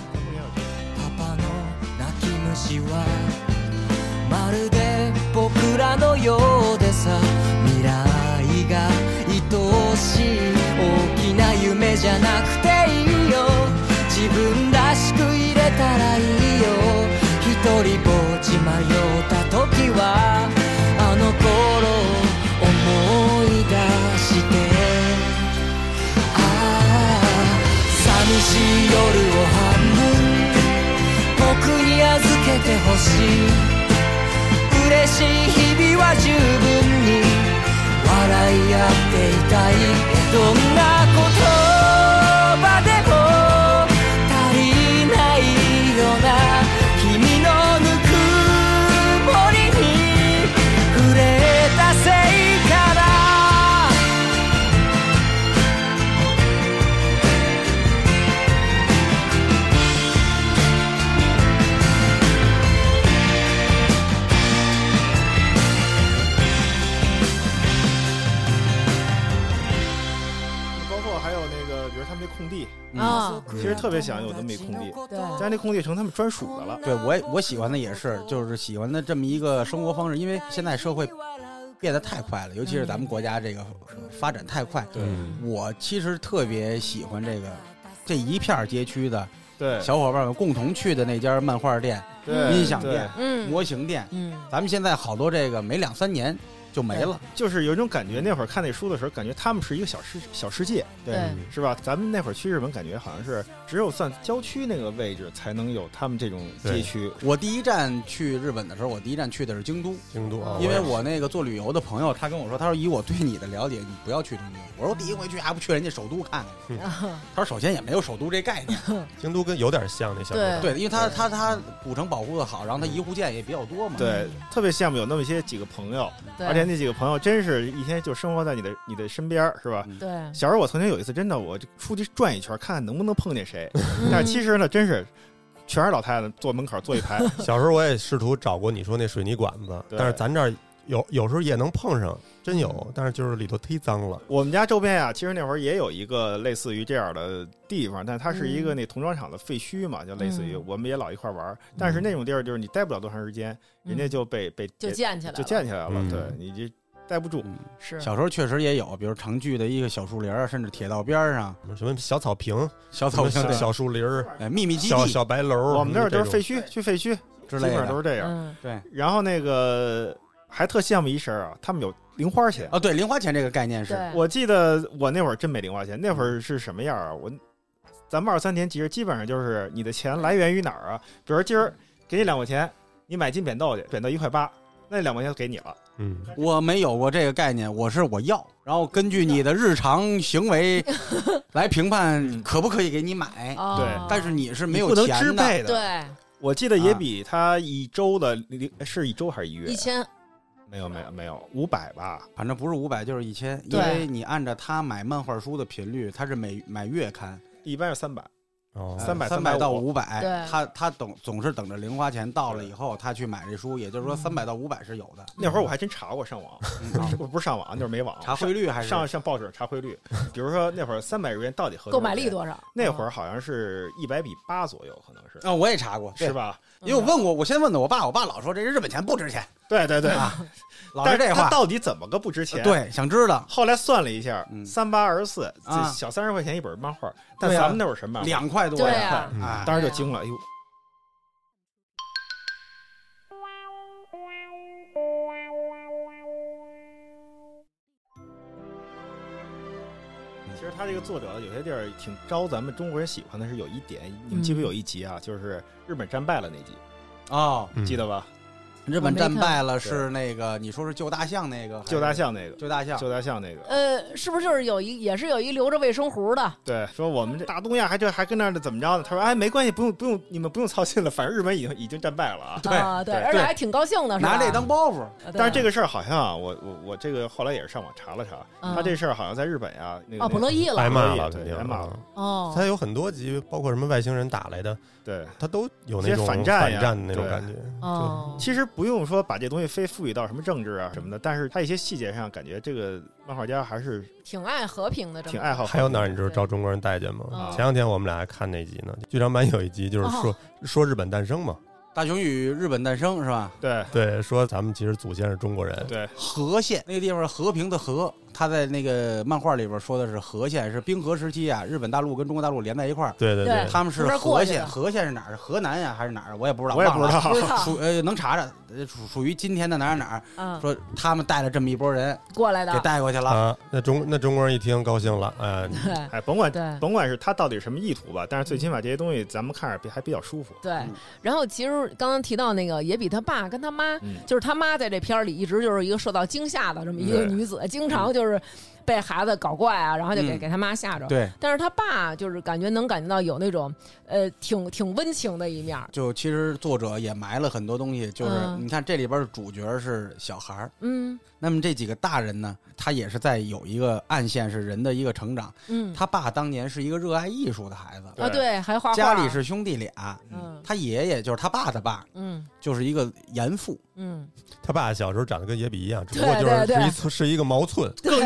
まるで僕らのようでさ、未来が愛しい大きな夢じゃなくていいよ、自分らしく入れたらいいよ、一人ぼっち迷った時はあの頃思い出して、ああ寂しい夜を半分僕に預けてほしい、嬉しい日々は十分に笑い合っていたい、どんな言葉でも足りないような君のぬくもりに其实特别想有那么一空地，在那空地成他们专属的了。 对，我喜欢的也是，就是喜欢的这么一个生活方式，因为现在社会变得太快了，尤其是咱们国家这个发展太快。 对， 我其实特别喜欢这一片街区的小伙伴们共同去的那家漫画店、音响店、模型店。咱们现在好多这个没2-3年就没了， 就是有一种感觉。那会儿看那书的时候，感觉他们是一个小世界， 对， 是吧？咱们那会儿去日本，感觉好像是只有算郊区那个位置才能有他们这种街区。 我第一站去日本的时候，我第一站去的是京都，因为我那个做旅游的朋友，他跟我说，他说以我对你的了解，你不要去东京。我说第一回去还不去人家首都看看。他说首先也没有首都这概念， 京都跟有点像那小对，因为他古城保护的好，然后他移护舰也比较多嘛。 对，特别羡慕有那么几个朋友，而且那几个朋友真是一天就生活在你的身边，是吧？ 对。 小时候我曾经有一次真的，我就出去转一圈，看看能不能碰见谁。但是其实呢，真是全是老太太坐门口坐一排。 小时候我也试图找过你说那水泥管子，但是咱这儿有时候也能碰上，真有，但是就是里头忒脏了。 我们家周边啊，其实那会儿也有一个类似于这样的地方，但它是一个那童装厂的废墟嘛，就类似于我们也老一块玩。但是那种地儿就是你待不了多长时间，人家就被就建起来了，对，你就待不住。 是小时候确实也有，比如常聚的一个小树林啊，甚至铁道边上什么小草坪、 小树林秘密基地、 小白楼， 我们那儿都是废墟，去废墟之类的， 基本上都是这样。 对， 然后那个还特羡慕一事啊，他们有零花钱啊。对，零花钱这个概念是， 我记得我那会儿真没零花钱，那会儿是什么样啊？咱们23天其实基本上就是你的钱来源于哪儿啊？比如今儿给你2块钱，你买斤扁豆去，扁豆1.8块，那2块钱给你了。 我没有过这个概念，我要，然后根据你的日常行为来评判可不可以给你买。 对， 但是你是没有不能钱支配的。 对， 我记得也比他一周的是1周还是1月 ？1000。 没有500吧， 反正不是500就是1000，因为你按照他买漫画书的频率，他是买月刊， 一般是300。 300到500，他总是等着零花钱到了以后，他去买这书，也就是说300到500是有的。 那会儿我还真查过上网，不是上网，就是没网查汇率，还是上报纸查汇率。比如说那会儿300日元到底合购买力多少？ 那会儿好像是100比8左右，可能是。 我也查过， 是吧？ 因为我问过，我先问的我爸，我爸老说这日本钱不值钱。 对啊，老是这话， 到底怎么个不值钱？ 对，想知道。 后来算了一下，3824，小30块钱一本漫画，但咱们那会儿什么 2块多， 对啊，当时就惊了，哎呦。其实他这个作者有些地儿挺招咱们中国人喜欢的，是有一点，你们记不记得有一集啊，就是日本战败了那集哦， 记得吧？ 日本战败了是那个，你说是救大象那个？ 救大象那个。 是不是就是也是有一留着卫生壶的？ 对，说我们这大东亚还跟那怎么着呢？他说哎，没关系，不用，你们不用操心了，反正日本已经战败了啊。对，而且还挺高兴的， 拿这当包袱。 但是这个事儿好像啊，我这个后来也是上网查了查，他这事儿好像在日本呀，那个不乐意了， 挨骂了， 挨骂了。 哦， 他有很多集，包括什么外星人打来的， 对他都有那种反战的那种感觉。 哦， 其实不用说把这东西非赋予到什么政治啊什么的，但是他一些细节上感觉这个漫画家还是挺爱和平的， 挺爱好。 还有哪儿你知道招中国人待见吗？前两天我们俩还看那集呢，剧场版有一集就是说日本诞生嘛， 大雄与日本诞生是吧？ 对， 说咱们其实祖先是中国人。 对， 和县那个地方和平的和，他在那个漫画里边说的是和县，是冰河时期啊，日本大陆跟中国大陆连在一块儿。 对， 他们是和县，和县是哪儿？河南呀还是哪儿？我也不知道，属能查查，属于今天的哪儿？说他们带了这么一拨人过来的， 给带过去了啊。那中国人一听高兴了， 哎，甭管是他到底什么意图吧，但是最起码这些东西咱们看着还比较舒服。 对，然后其实刚刚提到那个野比他爸跟他妈，就是他妈在这片里一直就是一个受到惊吓的这么一个女子，经常就是被孩子搞怪啊，然后就给他妈吓着。 对， 但是他爸就是能感觉到有那种挺温情的一面。 就其实作者也埋了很多东西，就是你看这里边的主角是小孩儿，那么这几个大人呢，他也是在有一个暗线是人的一个成长。他爸当年是一个热爱艺术的孩子啊，对，还画画， 家里是兄弟俩，他爷爷就是他爸的爸，就是一个严父， 他爸小时候长得跟野比一样，只不过就是一个毛寸， 更要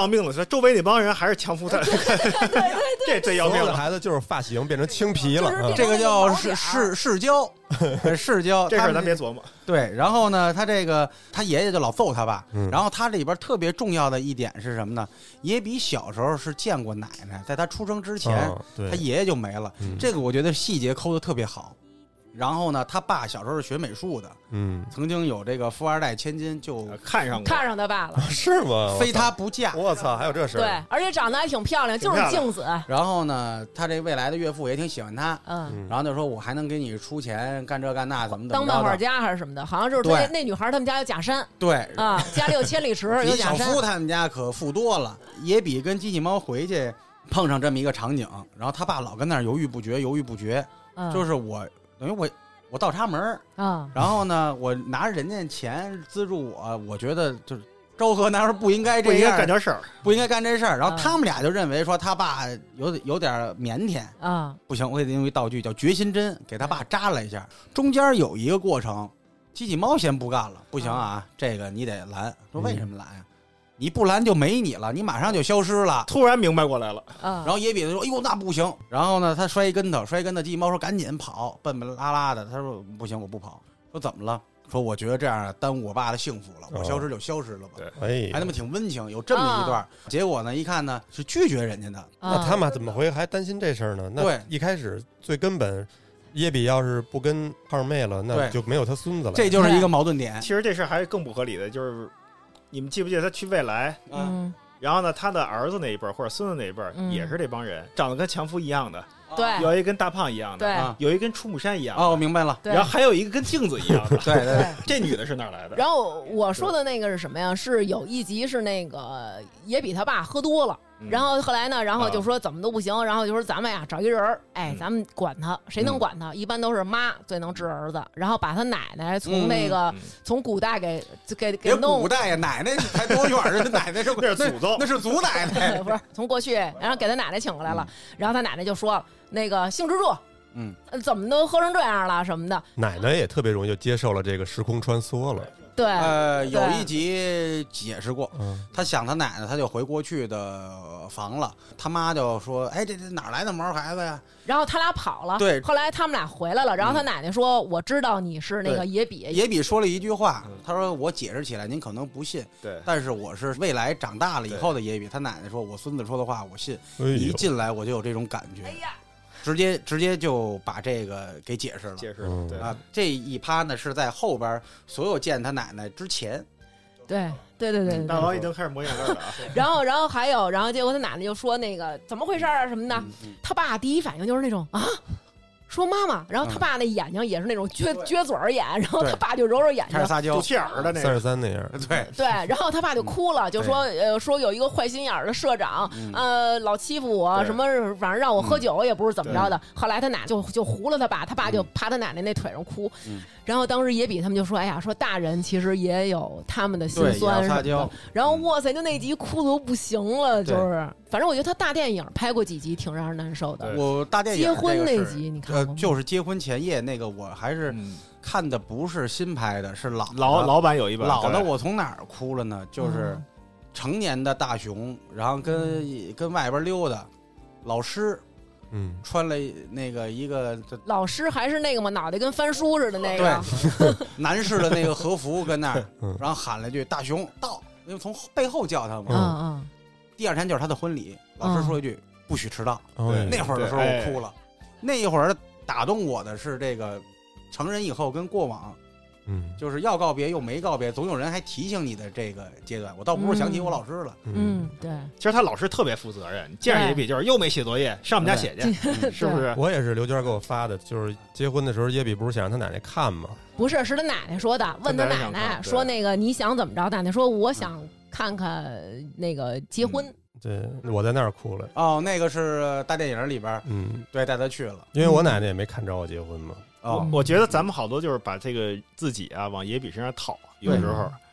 要命了，说周围那帮人还是强扶他，这最要命的孩子就是发型变成青皮了， 这个叫世交，世交， 这事咱别琢磨。 对，然后呢，他爷爷就老揍他爸，然后他这里边特别重要的一点是什么呢？野比小时候是见过奶奶，在他出生之前，他爷爷就没了，这个我觉得细节抠的特别好。然后呢，他爸小时候是学美术的，曾经有这个富二代千金就看上他爸了， 是吗？ 非他不嫁， 我操，还有这事儿？ 对，而且长得还挺漂亮，就是静子。 然后呢，他这未来的岳父也挺喜欢他，然后就说我还能给你出钱干这干那，怎么当漫画家还是什么的，好像就是那女孩他们家有假山， 对啊，家里有千里池，有假山。 小夫他们家可富多了，也比跟机器猫回去碰上这么一个场景，然后他爸老跟那儿犹豫不决，就是等于我倒插门然后呢，我拿着人家钱资助我觉得就是昭和那时候不应该这样， 不应该干这事儿， 不应该干这事儿。然后他们俩就认为说他爸有点腼腆不行，我给他用一道具叫决心针，给他爸扎了一下。中间有一个过程，机器猫先不干了，不行啊，这个你得拦。说为什么拦呀？你不拦就没你了，你马上就消失了。 突然明白过来了， 然后野比子说：“哎呦，那不行。”然后呢，他摔一跟头，机器猫说：“赶紧跑，笨笨拉拉的。”他说：“不行，我不跑。”说怎么了？说我觉得这样耽误我爸的幸福了，我消失就消失了吧。 对， 还他妈挺温情，有这么一段。结果呢，一看呢是拒绝人家的。 那他妈怎么回还担心这事儿呢？那一开始最根本。耶比要是不跟胖妹了，那就没有他孙子了。 这就是一个矛盾点。 其实这事还更不合理的就是。你们记不记得他去未来？然后呢，他的儿子那一辈或者孙子那一辈也是这帮人，长得跟强夫一样的， 对， 有一跟大胖一样的，有一跟出木山一样的。 哦，我明白了。 然后还有一个跟镜子一样的。 对， 这女的是哪来的？ 然后我说的那个是什么呀？是有一集是那个也比他爸喝多了。然后后来呢，然后就说怎么都不行，然后就说咱们呀找一人，咱们管他，谁能管他？一般都是妈最能治儿子，然后把他奶奶从那个从古代给弄。 古代呀，奶奶才多远啊？奶奶是那是祖宗， 那是祖奶奶， 不是从过去，然后给他奶奶请过来了，然后他奶奶就说那个杏之助。怎么都喝成这样了什么的， 奶奶也特别容易就接受了这个时空穿梭了。 对， 有一集解释过，他想他奶奶，他就回过去的房了，他妈就说：“哎，这哪来的毛孩子呀？” 然后他俩跑了。 对， 后来他们俩回来了，然后他奶奶说：“我知道你是那个野比。” 野比说了一句话，他说：“我解释起来您可能不信， 对， 但是我是未来长大了以后的野比。”他奶奶说：“我孙子说的话我信，你一进来我就有这种感觉。” 哎呀。 直接就把这个给解释了， 对啊，这一趴呢是在后边所有见他奶奶之前， 对， 大王已经开始抹眼泪了啊。 然后还有，然后结果他奶奶就说那个怎么回事啊什么的，他爸第一反应就是那种啊。说妈妈，然后他爸那眼睛也是那种撅嘴儿眼，然后他爸就揉揉眼睛， 开始撒娇， 肚脐眼儿的那个 33那样， 对，然后他爸就哭了，就说说有一个坏心眼儿的社长，老欺负我，什么反正让我喝酒也不是怎么着的。后来他奶就糊了他爸就趴他奶奶那腿上哭，然后当时野比他们就说，哎呀，说大人其实也有他们的心酸什么的。然后哇塞，就那集哭的都不行了，就是反正我觉得他大电影拍过几集挺让人难受的。 我大电影结婚那集你看。 就是结婚前夜那个，我还是看的不是新拍的，是老版有一版老的。我从哪儿哭了呢？就是成年的大雄，然后跟外边溜达，老师，穿了那个一个老师还是那个嘛，脑袋跟翻书似的那个， 对，男士的那个和服跟那儿，然后喊了句大雄到，因为从背后叫他嘛。第二天就是他的婚礼，老师说一句不许迟到。那会儿的时候我哭了，那一会儿。打动我的是这个成人以后跟过往，就是要告别又没告别，总有人还提醒你的这个阶段。我倒不是想起我老师了， 对。 其实他老师特别负责任，见着野比就是又没写作业，上我们家写去，是不是？ 我也是刘娟给我发的，就是结婚的时候，野比不是想让他奶奶看吗？ 不是，是他奶奶说的，问他奶奶说那个你想怎么着？奶奶说我想看看那个结婚。 对，我在那儿哭了。 哦，那个是大电影里边，对，带他去了， 因为我奶奶也没看着我结婚嘛。 我觉得咱们好多就是把这个自己啊往野比身上套，有时候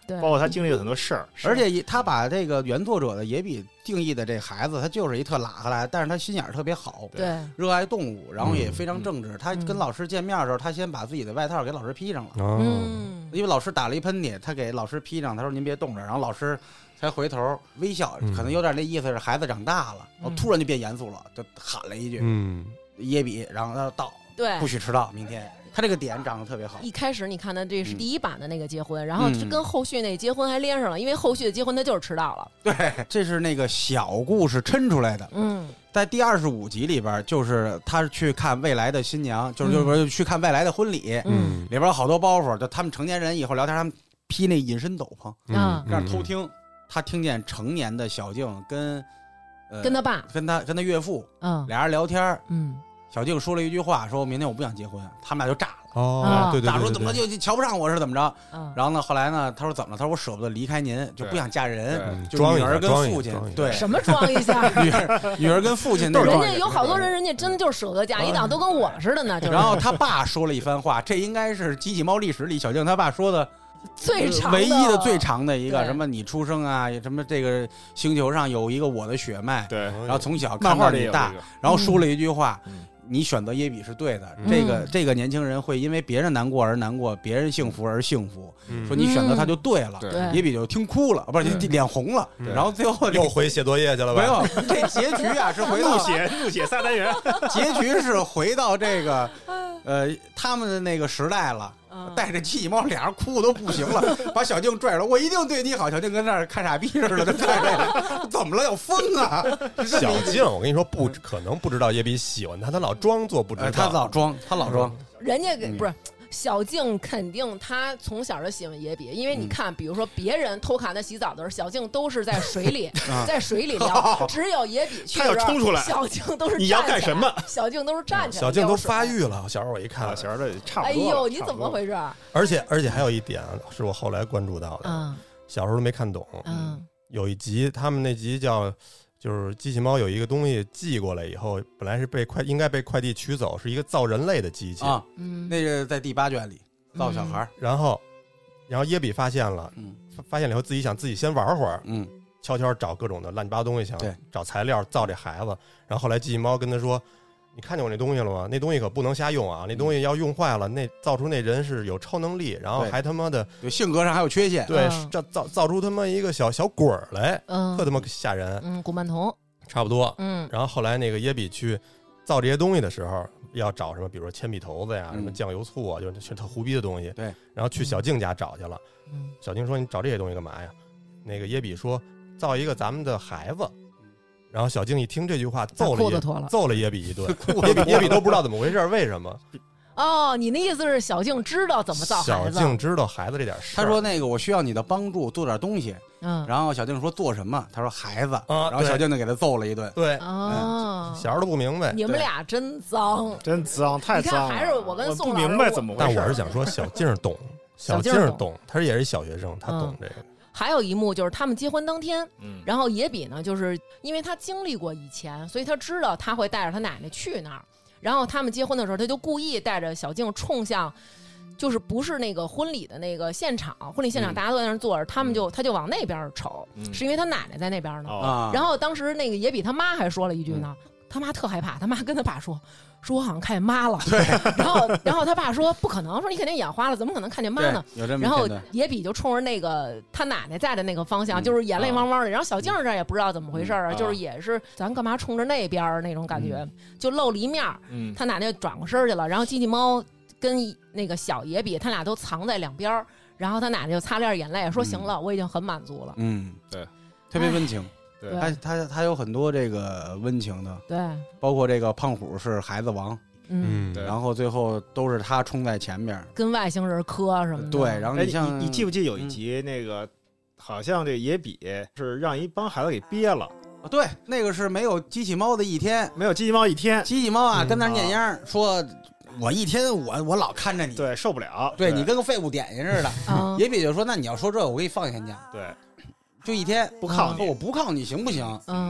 包括他经历了很多事儿， 而且他把这个原作者的野比定义的这孩子，他就是一特拉下来，但是他心眼儿特别好， 对， 热爱动物，然后也非常正直。他跟老师见面的时候，他先把自己的外套给老师披上了，因为老师打了一喷嚏，他给老师披上，他说您别冻着，然后老师才回头微笑，可能有点那意思是孩子长大了，然后突然就变严肃了，就喊了一句耶比，然后他到， 对， 不许迟到，明天。他这个点长得特别好。 一开始你看的这是第一版的那个结婚，然后跟后续那结婚还连上了，因为后续的结婚他就是迟到了。 对，这是那个小故事抻出来的。在第25集里边，就是他去看未来的新娘，就是去看未来的婚礼。里边有好多包袱，就他们成年人以后聊天，他们披那隐身斗篷，这样偷听。他听见成年的小静跟他爸跟他岳父俩人聊天。小静说了一句话，说明天我不想结婚，他们俩就炸了。 对， 炸说怎么就瞧不上我是怎么着？然后呢，后来呢，他说怎么了？他说我舍不得离开您，就不想嫁人，就女儿跟父亲，对， 什么装一下？ 女儿跟父亲那人家有好多人，人家真的就是舍不得嫁，一档都跟我似的呢。 然后他爸说了一番话，这应该是机器猫历史里小静他爸说的。 最长唯一的最长的一个什么你出生啊，什么这个星球上有一个我的血脉， 对， 然后从小看到你大，然后说了一句话，你选择耶比是对的，这个年轻人会因为别人难过而难过，别人幸福而幸福，说你选择他就对了，耶比就听哭了，不是脸红了，然后最后又回写作业去了吧？ 没有，这结局啊是回到怒写3单元， 结局是回到这个他们的那个时代了。带着机器猫俩人哭都不行了，把小静拽了，我一定对你好。小静跟那儿看傻逼似的，怎么了？要疯啊！ 小静，我跟你说，不可能不知道耶比喜欢他，他老装作不知道， 他老装， 人家不是。小静肯定她从小就喜欢野比，因为你看，比如说别人偷看她洗澡的时候，小静都是在水里，在水里聊，只有野比去， 他要冲出来， 小静都是你要干什么？ 小静都是站起来， 小静都发育了。小时候我一看， 小时候差不多。 哎呦，你怎么回事？ 而且还有一点是我后来关注到的，小时候都没看懂。有一集他们那集就是机器猫有一个东西寄过来以后，本来是应该被快递取走，是一个造人类的机器那个在第8卷里造小孩， 然后耶比发现了，发现了以后自己先玩会儿，悄悄找各种的乱七八糟东西，想找材料造这孩子。然后后来机器猫跟他说：“你看见我那东西了吗？那东西可不能瞎用啊！那东西要用坏了，那造出那人是有超能力，然后还他妈的性格上还有缺陷， 对，造出他妈一个小鬼儿来，特他妈吓人。 古曼童差不多。然后后来那个耶比去造这些东西的时候，要找什么，比如说铅笔头子呀，什么酱油醋啊，就是特胡逼的东西。 对， 然后去小静家找去了。小静说：“你找这些东西干嘛呀？”那个耶比说：“造一个咱们的孩子。”然后小静一听这句话，揍了耶比一顿，耶比都不知道怎么回事，为什么？ 哦，你的意思是小静知道怎么造孩子？ 小静知道孩子这点事。 他说：“那个我需要你的帮助，做点东西。”然后小静说：“做什么？”他说：“孩子。”然后小静就给他揍了一顿。 对，小时候都不明白。 你们俩真脏， 真脏，太脏了。 你看，还是我跟宋老师不明白怎么回事。 但我是想说，小静懂，小静懂，他也是小学生，他懂这个。 还有一幕就是他们结婚当天，然后野比呢，就是因为他经历过以前，所以他知道他会带着他奶奶去那儿。然后他们结婚的时候，他就故意带着小静冲向，就是不是那个婚礼的那个现场，婚礼现场大家都在那儿坐着，他就往那边瞅，是因为他奶奶在那边呢。然后当时那个野比他妈还说了一句呢，他妈特害怕，他妈跟他爸说我好像看见妈了。 对， 然后他爸说不可能，说你肯定眼花了，怎么可能看见妈呢？然后野比就冲着那个他奶奶在的那个方向，就是眼泪汪汪的。然后小静这也不知道怎么回事啊，就是也是咱干嘛冲着那边那种感觉，就露了一面。他奶奶转过身去了，然后机器猫跟那个小野比，他俩都藏在两边，然后他奶奶就擦亮眼泪说：“行了，我已经很满足了。” 对，特别温情。 对， 他有很多这个温情的， 对， 包括这个胖虎是孩子王，然后最后都是他冲在前面， 跟外星人磕什么的。 对，然后你记不记有一集那个，好像这野比是让一帮孩子给憋了。 对，那个是没有机器猫的一天， 没有机器猫一天， 机器猫啊跟那念秧说。我一天我老看着你， 对，受不了， 对你跟个废物点心似的。野比就说：“那你要说这，我给你放一天假。” 对， 就一天不靠你， 我不靠你行不行？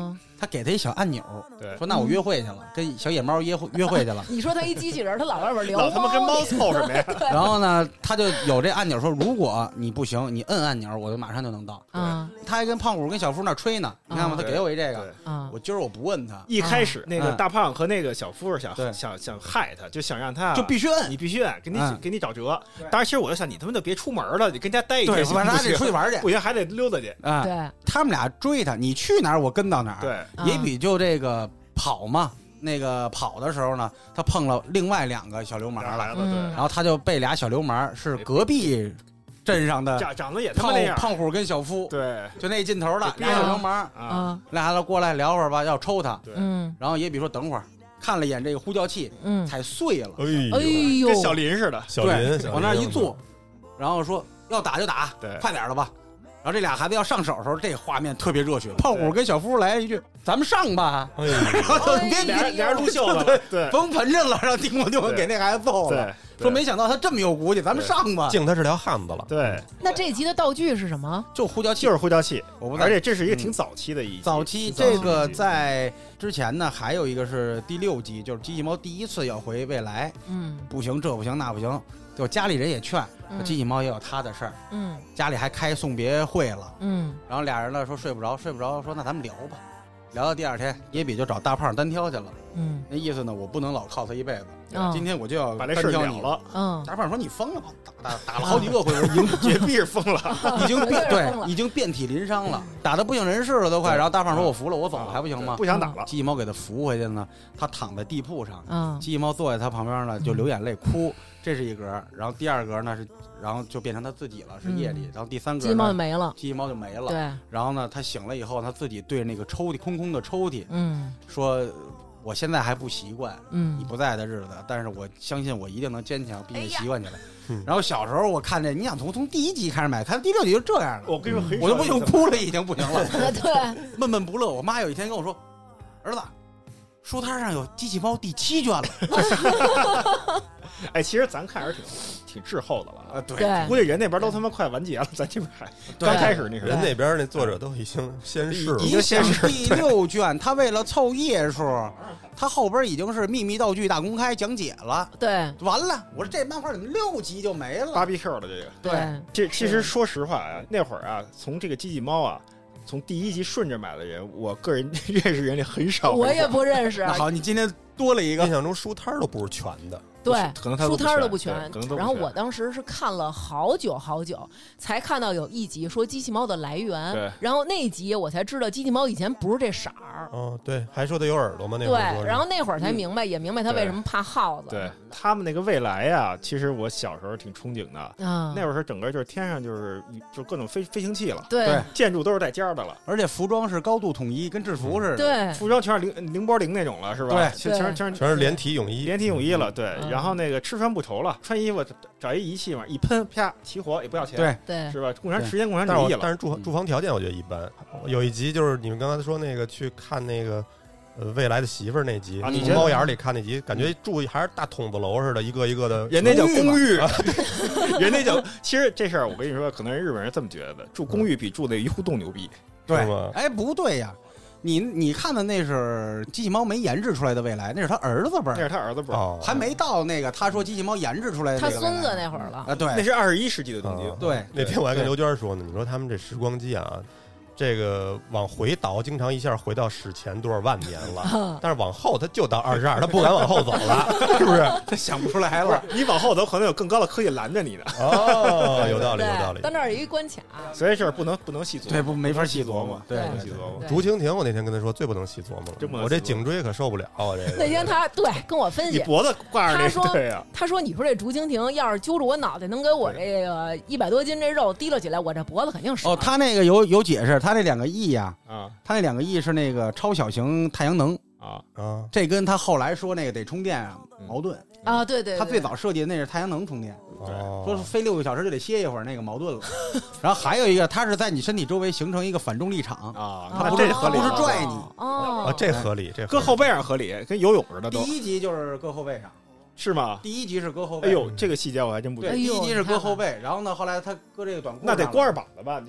他给他一小按钮， 对， 说那我约会去了，跟小野猫约会去了。 你说他一机器人，他老外边聊， 老他妈跟猫凑什么呀？ 然后呢，他就有这按钮，说如果你不行，你摁按钮，我就马上就能到。他还跟胖虎跟小夫那吹呢，你看吗？他给我一这个，我今儿我不问他。 一开始那个大胖和那个小夫想害他，就想让他就必须摁， 你必须摁，给你找辙。当然，其实我就想，你他妈就别出门了，你跟家待一天， 对，他得出去玩去， 不行还得溜达去。 对， 他们俩追他，你去哪儿我跟到哪儿。 对， 野比就这个跑嘛。那个跑的时候呢，他碰了另外2个小流氓了，然后他就被俩小流氓是隔壁镇上的， 长得也他妈那样， 胖虎跟小夫， 对， 就那劲头的俩小流氓俩孩子过来聊会儿吧，要抽他，然后野比说等会儿，看了一眼这个呼叫器，才碎了， 哎呦， 跟小林似的， 小林往那一坐，然后说要打就打，快点了吧。然后这俩孩子要上手的时候，这个画面特别热血。胖虎跟小夫来一句：“咱们上吧。”然后别俩人撸袖子，对， 甭盆着了，让丁光就给那孩子揍了。说没想到他这么有骨气，咱们上吧。 敬他是条汉子了。 对。 那这集的道具是什么？ 就呼叫器， 就是呼叫器。而且这是一个挺早期的一集。 早期这个在之前呢，还有一个是第6集，就是机器猫第一次要回未来。不行，这不行，那不行。就家里人也劝，机器猫也有他的事儿，家里还开送别会了，然后俩人呢说睡不着，说那咱们聊吧，聊到第2天，野比就找大胖单挑去了，那意思呢，我不能老靠他一辈子，今天我就要把这事了了， 大胖说你疯了吧，打了好几个回合， 绝壁是疯了， 已经遍体鳞伤了，打得不省人事了都快，然后大胖说我服了，我走了还不行吗？ 不想打了， 机器猫给他扶回去呢，他躺在地铺上，机器猫坐在他旁边呢，就流眼泪哭。这是一格，然后第2格呢是，然后就变成他自己了，是夜里，然后第3格机器猫就没了， 机器猫就没了。 对， 然后呢，他醒了以后，他自己对着那个抽屉，空空的抽屉，说我现在还不习惯，你不在的日子，但是我相信我一定能坚强，并且习惯起来。然后小时候我看这，你想从第1集开始买，看第6集就这样了。 我跟你说， 我都不用哭了，已经不行了。 对， 闷闷不乐。我妈有一天跟我说，儿子，书摊上有机器猫第7卷了。 哎，其实咱看着挺滞后的了对， 估计人那边都他妈快完结了，咱这边还刚开始那时候， 人那边那作者都已经先逝了。 已经先逝。第6卷，他为了凑页数，他后边已经是秘密道具大公开讲解了。 对， 完了，我说这漫画怎么6集就没了 ？BBQ 的这个， 对， 这其实说实话啊，那会儿啊，从这个机器猫啊。从第1集顺着买的人，我个人认识人里很少。 我也不认识。 那好，你今天多了一个。 印象中书摊都不是全的。 对， 可能书摊都不全。 然后我当时是看了好久好久，才看到有一集说机器猫的来源。 对。 然后那一集我才知道机器猫以前不是这色儿。 哦，对，还说它有耳朵吗？那会儿。对，然后那会儿才明白，也明白它为什么怕耗子。 对，他们那个未来呀，其实我小时候挺憧憬的。那会儿整个就是天上就各种飞行器了。 对。 建筑都是带尖的了， 而且服装是高度统一，跟制服似的。 对。 服装全是凌波凌那种了，是吧？ 对， 全是连体泳衣。 连体泳衣了，对。然后那个吃穿不愁了，穿衣服找一仪器嘛，一喷啪起火也不要钱， 对， 是吧？共产时间共产主义了。 但是住房条件我觉得一般。有一集就是你们刚才说那个去看那个未来的媳妇儿那集，你猫眼里看那集，感觉住还是大筒子楼似的，一个一个的。 人那叫公寓，人那叫。其实这事儿我跟你说，可能日本人这么觉得，住公寓比住那鱼互动牛逼， 对吗？哎，不对呀。你看的那是机器猫没研制出来的未来，那是他儿子辈儿， 那是他儿子辈儿， 还没到那个他说机器猫研制出来的他孙子那会儿了啊，对， 那是21世纪的东西。 对， 那天我还跟刘娟说呢，你说他们这时光机啊，这个往回倒，经常一下回到史前多少万年了，但是往后他就到22，他不敢往后走了，是不是？ 他想不出来了。 你往后走，可能有更高的科技拦着你呢。 哦，有道理，有道理。 到那儿有一关卡， 所以这不能细琢磨， 对，没法细琢磨， 对，不能细琢磨。 竹蜻蜓，我那天跟他说最不能细琢磨了，我这颈椎可受不了啊！这个那天他跟我分析， 你脖子挂着那对呀。 他说你说这竹蜻蜓要是揪住我脑袋，能给我这个100多斤这肉提溜起来，我这脖子肯定折。 哦，他那个有解释，他那2个亿呀。他那2个亿是那个超小型太阳能这跟他后来说那个得充电矛盾啊，对， 他最早设计的那是太阳能充电，说飞6个小时就得歇一会儿，那个矛盾了。然后还有一个，它是在你身体周围形成一个反重力场它不是合理， 不是拽你这合理，这搁后背上合理，跟游泳似的。 第1集就是搁后背上， 是吗？ 第1集是搁后背。 哎呦，这个细节我还真不知道。 第1集是搁后背，然后呢，后来他搁这个短裤， 那得光着膀子吧？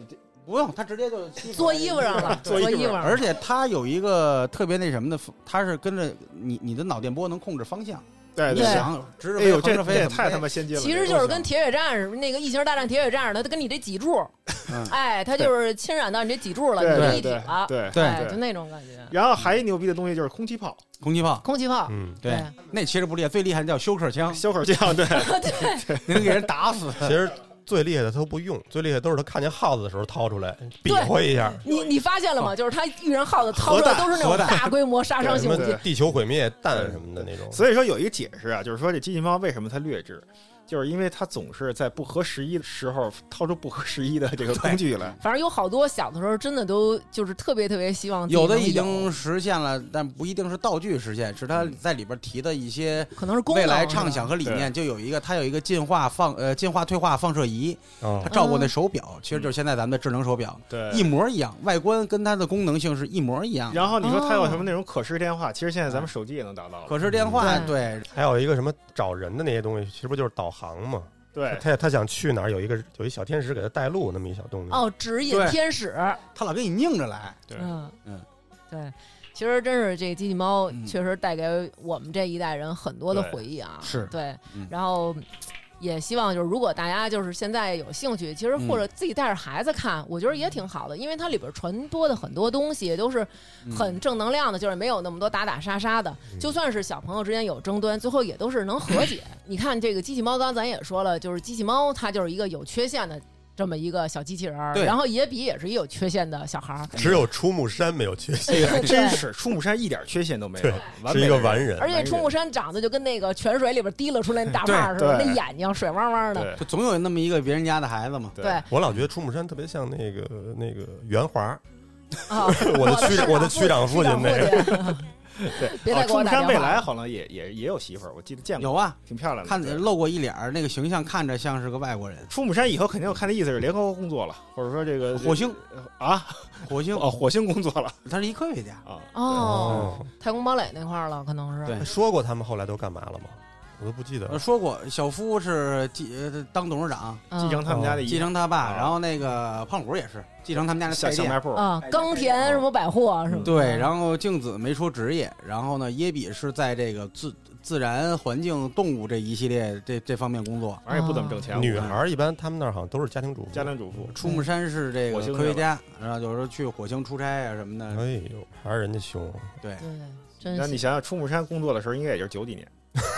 不用，他直接就做衣服上了，做衣服上。 而且他有一个特别那什么的，他是跟着你的脑电波能控制方向。 对， 你想直着飞，这也太他妈先进了。 其实就是跟铁血战士那个异形大战铁血战士，他跟你这脊柱，哎，他就是侵染到你这脊柱了，你就一体了， 对， 就那种感觉。 然后还一牛逼的东西就是空气炮， 对，那其实不厉害，最厉害的叫休克枪， 对， 能给人打死。 其实最厉害的他都不用，最厉害都是他看见耗子的时候掏出来比划一下。 你发现了吗？就是他遇上耗子掏出来都是那种大规模杀伤性武器， 地球毁灭弹什么的那种。 所以说有一个解释啊，就是说这机器猫为什么它劣质，就是因为它总是在不合时宜的时候掏出不合时宜的这个工具来。 反正有好多小的时候真的都就是特别特别希望有的已经实现了，但不一定是道具实现，是他在里边提的一些可能是未来畅想和理念。就有一个，它有一个进化退化放射仪，它照顾那手表，其实就是现在咱们的智能手表， 对， 一模一样，外观跟它的功能性是一模一样。 然后你说它有什么那种可视电话，其实现在咱们手机也能达到了。 可视电话，对， 还有一个什么找人的那些东西，其实不就是导航吗？ 对， 他想去哪儿，有一小天使给他带路，那么一小东西。 哦，指引天使， 他老给你拧着来。 对， 对，其实真是这个机器猫确实带给我们这一代人很多的回忆啊。 是对，然后也希望就是如果大家就是现在有兴趣，其实或者自己带着孩子看，我觉得也挺好的，因为它里边传播的很多东西都是很正能量的，就是没有那么多打打杀杀的。就算是小朋友之间有争端，最后也都是能和解。你看这个机器猫，刚咱也说了，就是机器猫它就是一个有缺陷的这么一个小机器人，然后野比也是一有缺陷的小孩， 只有出木山没有缺陷， 真是出木山一点缺陷都没有， 是一个完人。 而且出木山长得就跟那个泉水里边滴了出来那大泡似的，那眼睛水汪汪的， 就总有那么一个别人家的孩子嘛。 对， 我老觉得出木山特别像那个袁华，我的区长父亲那个。 对，出木山未来好像也有媳妇儿，我记得见过， 有啊， 挺漂亮的， 看露过一脸，那个形象看着像是个外国人。 出木山以后肯定我看的意思是联合国工作了，或者说这个火星啊， 火星火星工作了， 他是一科学家啊，太空堡垒那块了，可能是。 对，说过他们后来都干嘛了吗？我都不记得。 说过，小夫是当董事长， 继承他们家的， 继承他爸，然后那个胖虎也是继承他们家的小卖铺啊，冈田什么百货是吗？ 对，然后静子没说职业，然后呢，耶比是在这个自然环境动物这一系列这方面工作， 反正也不怎么挣钱。 女孩一般他们那儿好像都是家庭主妇。 出木山是这个科学家，然后有时候去火星出差啊什么的。 哎呦，还是人家凶。 对， 那你想想，出木山工作的时候，应该也就是90几年。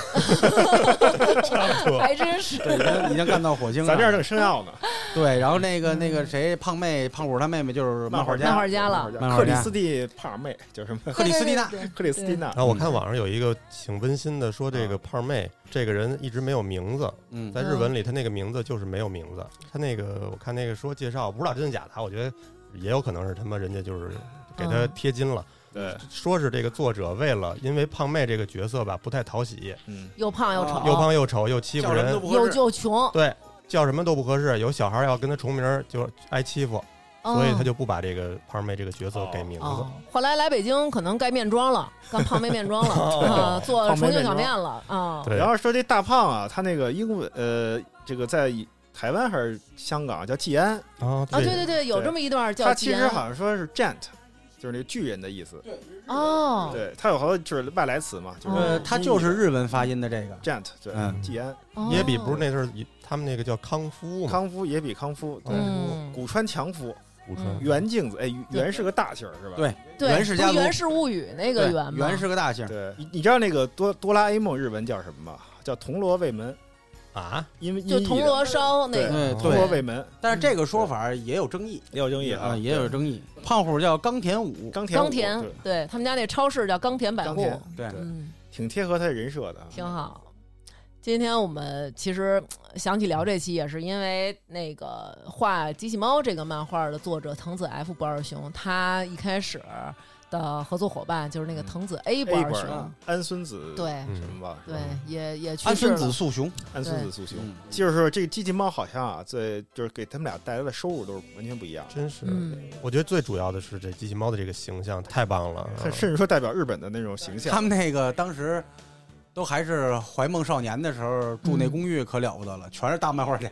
差不多， 还真是， 对，已经干到火星了。 咱这儿正生药呢。 对，然后那个谁，胖虎他妹妹就是漫画家了， 克里斯蒂胖妹叫什么？ 克里斯蒂娜。 然后我看网上有一个挺温馨的，说这个胖妹这个人一直没有名字。在日文里，他那个名字就是没有名字。他那个我看那个说介绍，不知道真的假的，我觉得也有可能是他妈人家就是给他贴金了。 对， 说是这个作者为了因为胖妹这个角色吧不太讨喜， 又胖又丑， 又胖又丑又欺负人， 又穷， 对，叫什么都不合适。有小孩要跟他重名就挨欺负，所以他就不把这个胖妹这个角色给名字。 后来来北京可能盖面妆了，干胖妹面妆了，做重庆小面了啊。 然后说这大胖啊，他那个英文这个在台湾还是香港叫季安啊，对，有这么一段叫季安。 他其实好像说是 giant。就是那个巨人的意思。 哦， 对，他有好多就是外来词嘛，就是他就是日文发音的这个 giant， 对，季安。 野比不是那阵他们那个叫康夫嘛？ 康夫野比康夫，古川强夫，袁镜子，哎，袁是个大姓是吧？ 对，袁氏家族。 袁氏物语那个袁嘛， 袁是个大姓。 对，你知道那个哆啦 A 梦日文叫什么吗？叫铜锣卫门。 啊， 因为就铜锣烧那个铜锣卫门， 但是这个说法也有争议， 也有争议啊， 也有争议。胖虎叫冈田武， 冈田，对他们家那超市叫冈田百货， 对， 挺贴合他人设的， 挺好。今天我们其实想起聊这期，也是因为那个画机器猫这个漫画的作者藤子 F 不二雄，他一开始的合作伙伴就是那个藤子 A 不二雄， 安孙子对什么吧？ 对，也去世了。 安孙子素雄， 就是说这个机器猫好像啊，就是给他们俩带来的收入都是完全不一样。 真是，我觉得最主要的是这机器猫的这个形象太棒了， 甚至说代表日本的那种形象。 他们那个当时都还是怀梦少年的时候住那公寓可了不得了，全是大漫画家。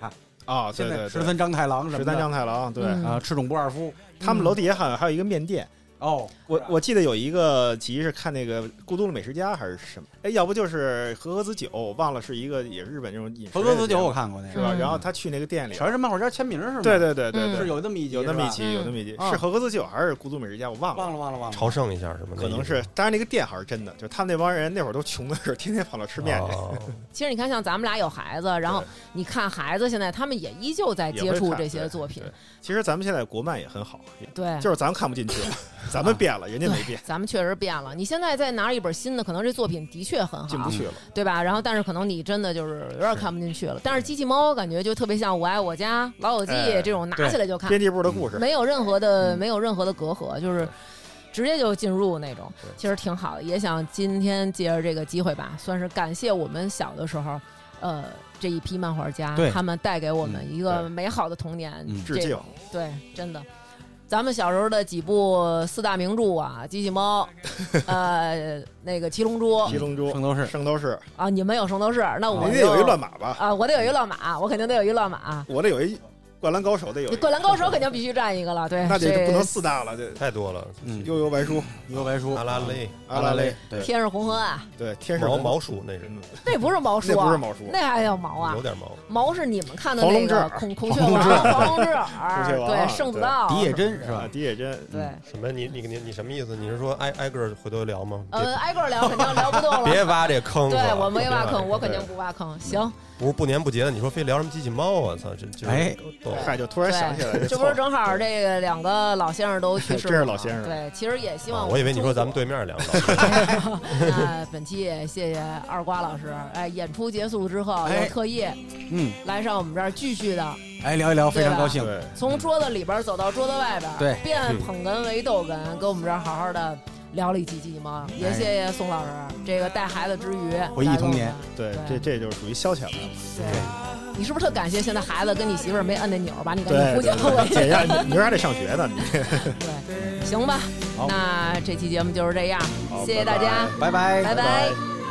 啊，对对， 石森章太郎什么的， 石森章太郎，对赤冢不二夫， 他们楼底下好像还有一个面店。 哦， 我记得有一个集是看那个《孤独的美食家》还是什么？哎，要不就是和子酒，我忘了是一个也是日本这种饮食。 和子酒我看过那个， 是吧？然后他去那个店里， 全是漫画家签名是吗？ 对对对对， 是有那么一集， 有那么一集，是和子酒还是《孤独美食家》？我忘了。 朝圣一下什么的， 可能是。当然那个店好像是真的，就是他们那帮人那会儿都穷的是，天天跑那吃面去。 其实你看，像咱们俩有孩子，然后你看孩子现在他们也依旧在接触这些作品。 其实咱们现在国漫也很好， 对， 就是咱们看不进去了，咱们变了，人家没变， 咱们确实变了。你现在再拿一本新的，可能这作品的确很好， 进不去了， 对吧？然后但是可能你真的就是有点看不进去了。但是机器猫感觉就特别像《我爱我家》《老友记》这种，拿起来就看， 编辑部的故事， 没有任何的隔阂，就是直接就进入那种，其实挺好的。也想今天借着这个机会吧，算是感谢我们小的时候，这一批漫画家，他们带给我们一个美好的童年。 致敬， 对，真的。咱们小时候的几部4大名著啊，《机器猫》，那个《七龙珠》， 圣斗士啊，你们有圣斗士，那我得有一乱码吧？ 啊，我得有一乱码，我肯定得有一乱码， 我得有一。灌篮高手得有， 灌篮高手肯定必须占一个了，对， 那就不能4大了，这太多了。 悠悠白书， 阿拉蕾， 对，天是红河岸， 对，天是毛叔， 那不是毛叔， 那不是毛叔， 那还叫毛啊， 有点毛。 毛是你们看的那个孔雀王、黄龙之耳，对，圣子道、 狄野真是吧？ 狄野真， 对。 什么？你什么意思？你是说挨个回头聊吗？ 挨个聊肯定聊不动了。 别挖这坑， 对我没挖坑，我肯定不挖坑。行。 不是不年不节的，你说非聊什么机器猫？我操，这哎， 嗨，就突然想起来， 这不是正好这个2个老先生都去世了， 这是老先生。 对，其实也希望我以为你说咱们对面2个老先生。 那本期也谢谢二瓜老师，哎，演出结束之后又特意来上我们这儿继续的聊一聊，非常高兴。 从桌子里边走到桌子外边， 对， 变捧哏为逗哏，跟我们这儿好好的聊了一期机器猫，也谢谢宋老师这个带孩子之余回忆童年。 对，这就是属于消遣了。 对，你是不是特感谢现在孩子跟你媳妇儿没摁那钮，把你赶紧扶起回去？ 你这还得上学呢，你。 对，行吧，那这期节目就是这样，谢谢大家， 拜拜， 拜拜。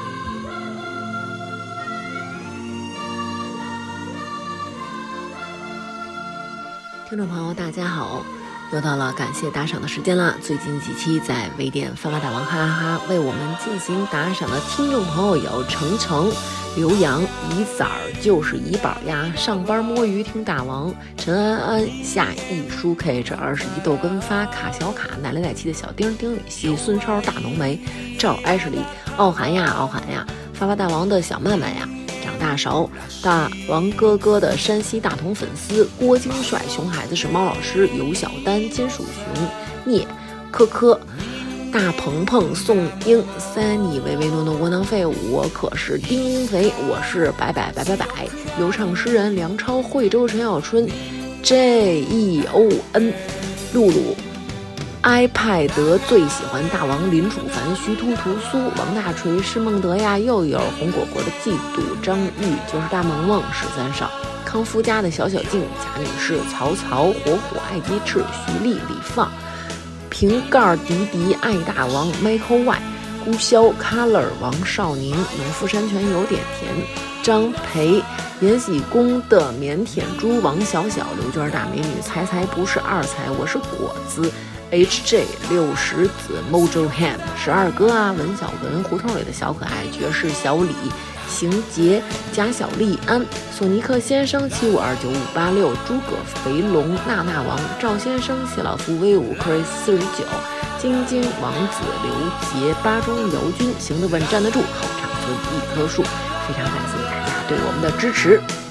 听众朋友，大家好。又到了感谢打赏的时间啦！最近几期在微店发发大王哈哈哈为我们进行打赏的听众朋友有程程、刘洋、乙崽儿就是乙宝呀、上班摸鱼听大王、陈安安、夏艺舒 KH21豆根发、卡小卡、奶来奶气的小丁、丁禹兮、孙超、大浓眉、赵艾什里、傲寒呀、发发大王的小曼曼呀。大勺大王哥哥的山西大同粉丝郭金帅、熊孩子是猫老师、尤小丹、金属熊、聂科科、大鹏鹏、宋英、Sunny、唯唯诺诺、窝囊废，我可是丁丁肥，我是百，流畅诗人梁超、惠州陈小春、JEON、露露。iPad 最喜欢大王林楚凡、徐图图苏、王大锤、施梦德呀、佑佑、红果果的嫉妒、张玉就是大萌萌、13少、康夫家的小小静、贾女士、曹操、火火、爱鸡翅、徐丽、李放、瓶盖迪迪、爱大王、Michael Y、孤骁、Color、王少宁、农夫山泉有点甜、张培、延禧宫的腼腆猪、王小小、刘娟大美女、才不是二才，我是果子。HJ 60子 Mojo Ham 12哥啊，文小文胡同里的小可爱，爵士小李邢杰贾小丽安索尼克先生75295586诸葛肥龙娜娜王赵先生谢老夫威武 Chris 49晶晶王子刘杰巴中姚军行得稳站得住后场村一棵树，非常感谢大家对我们的支持。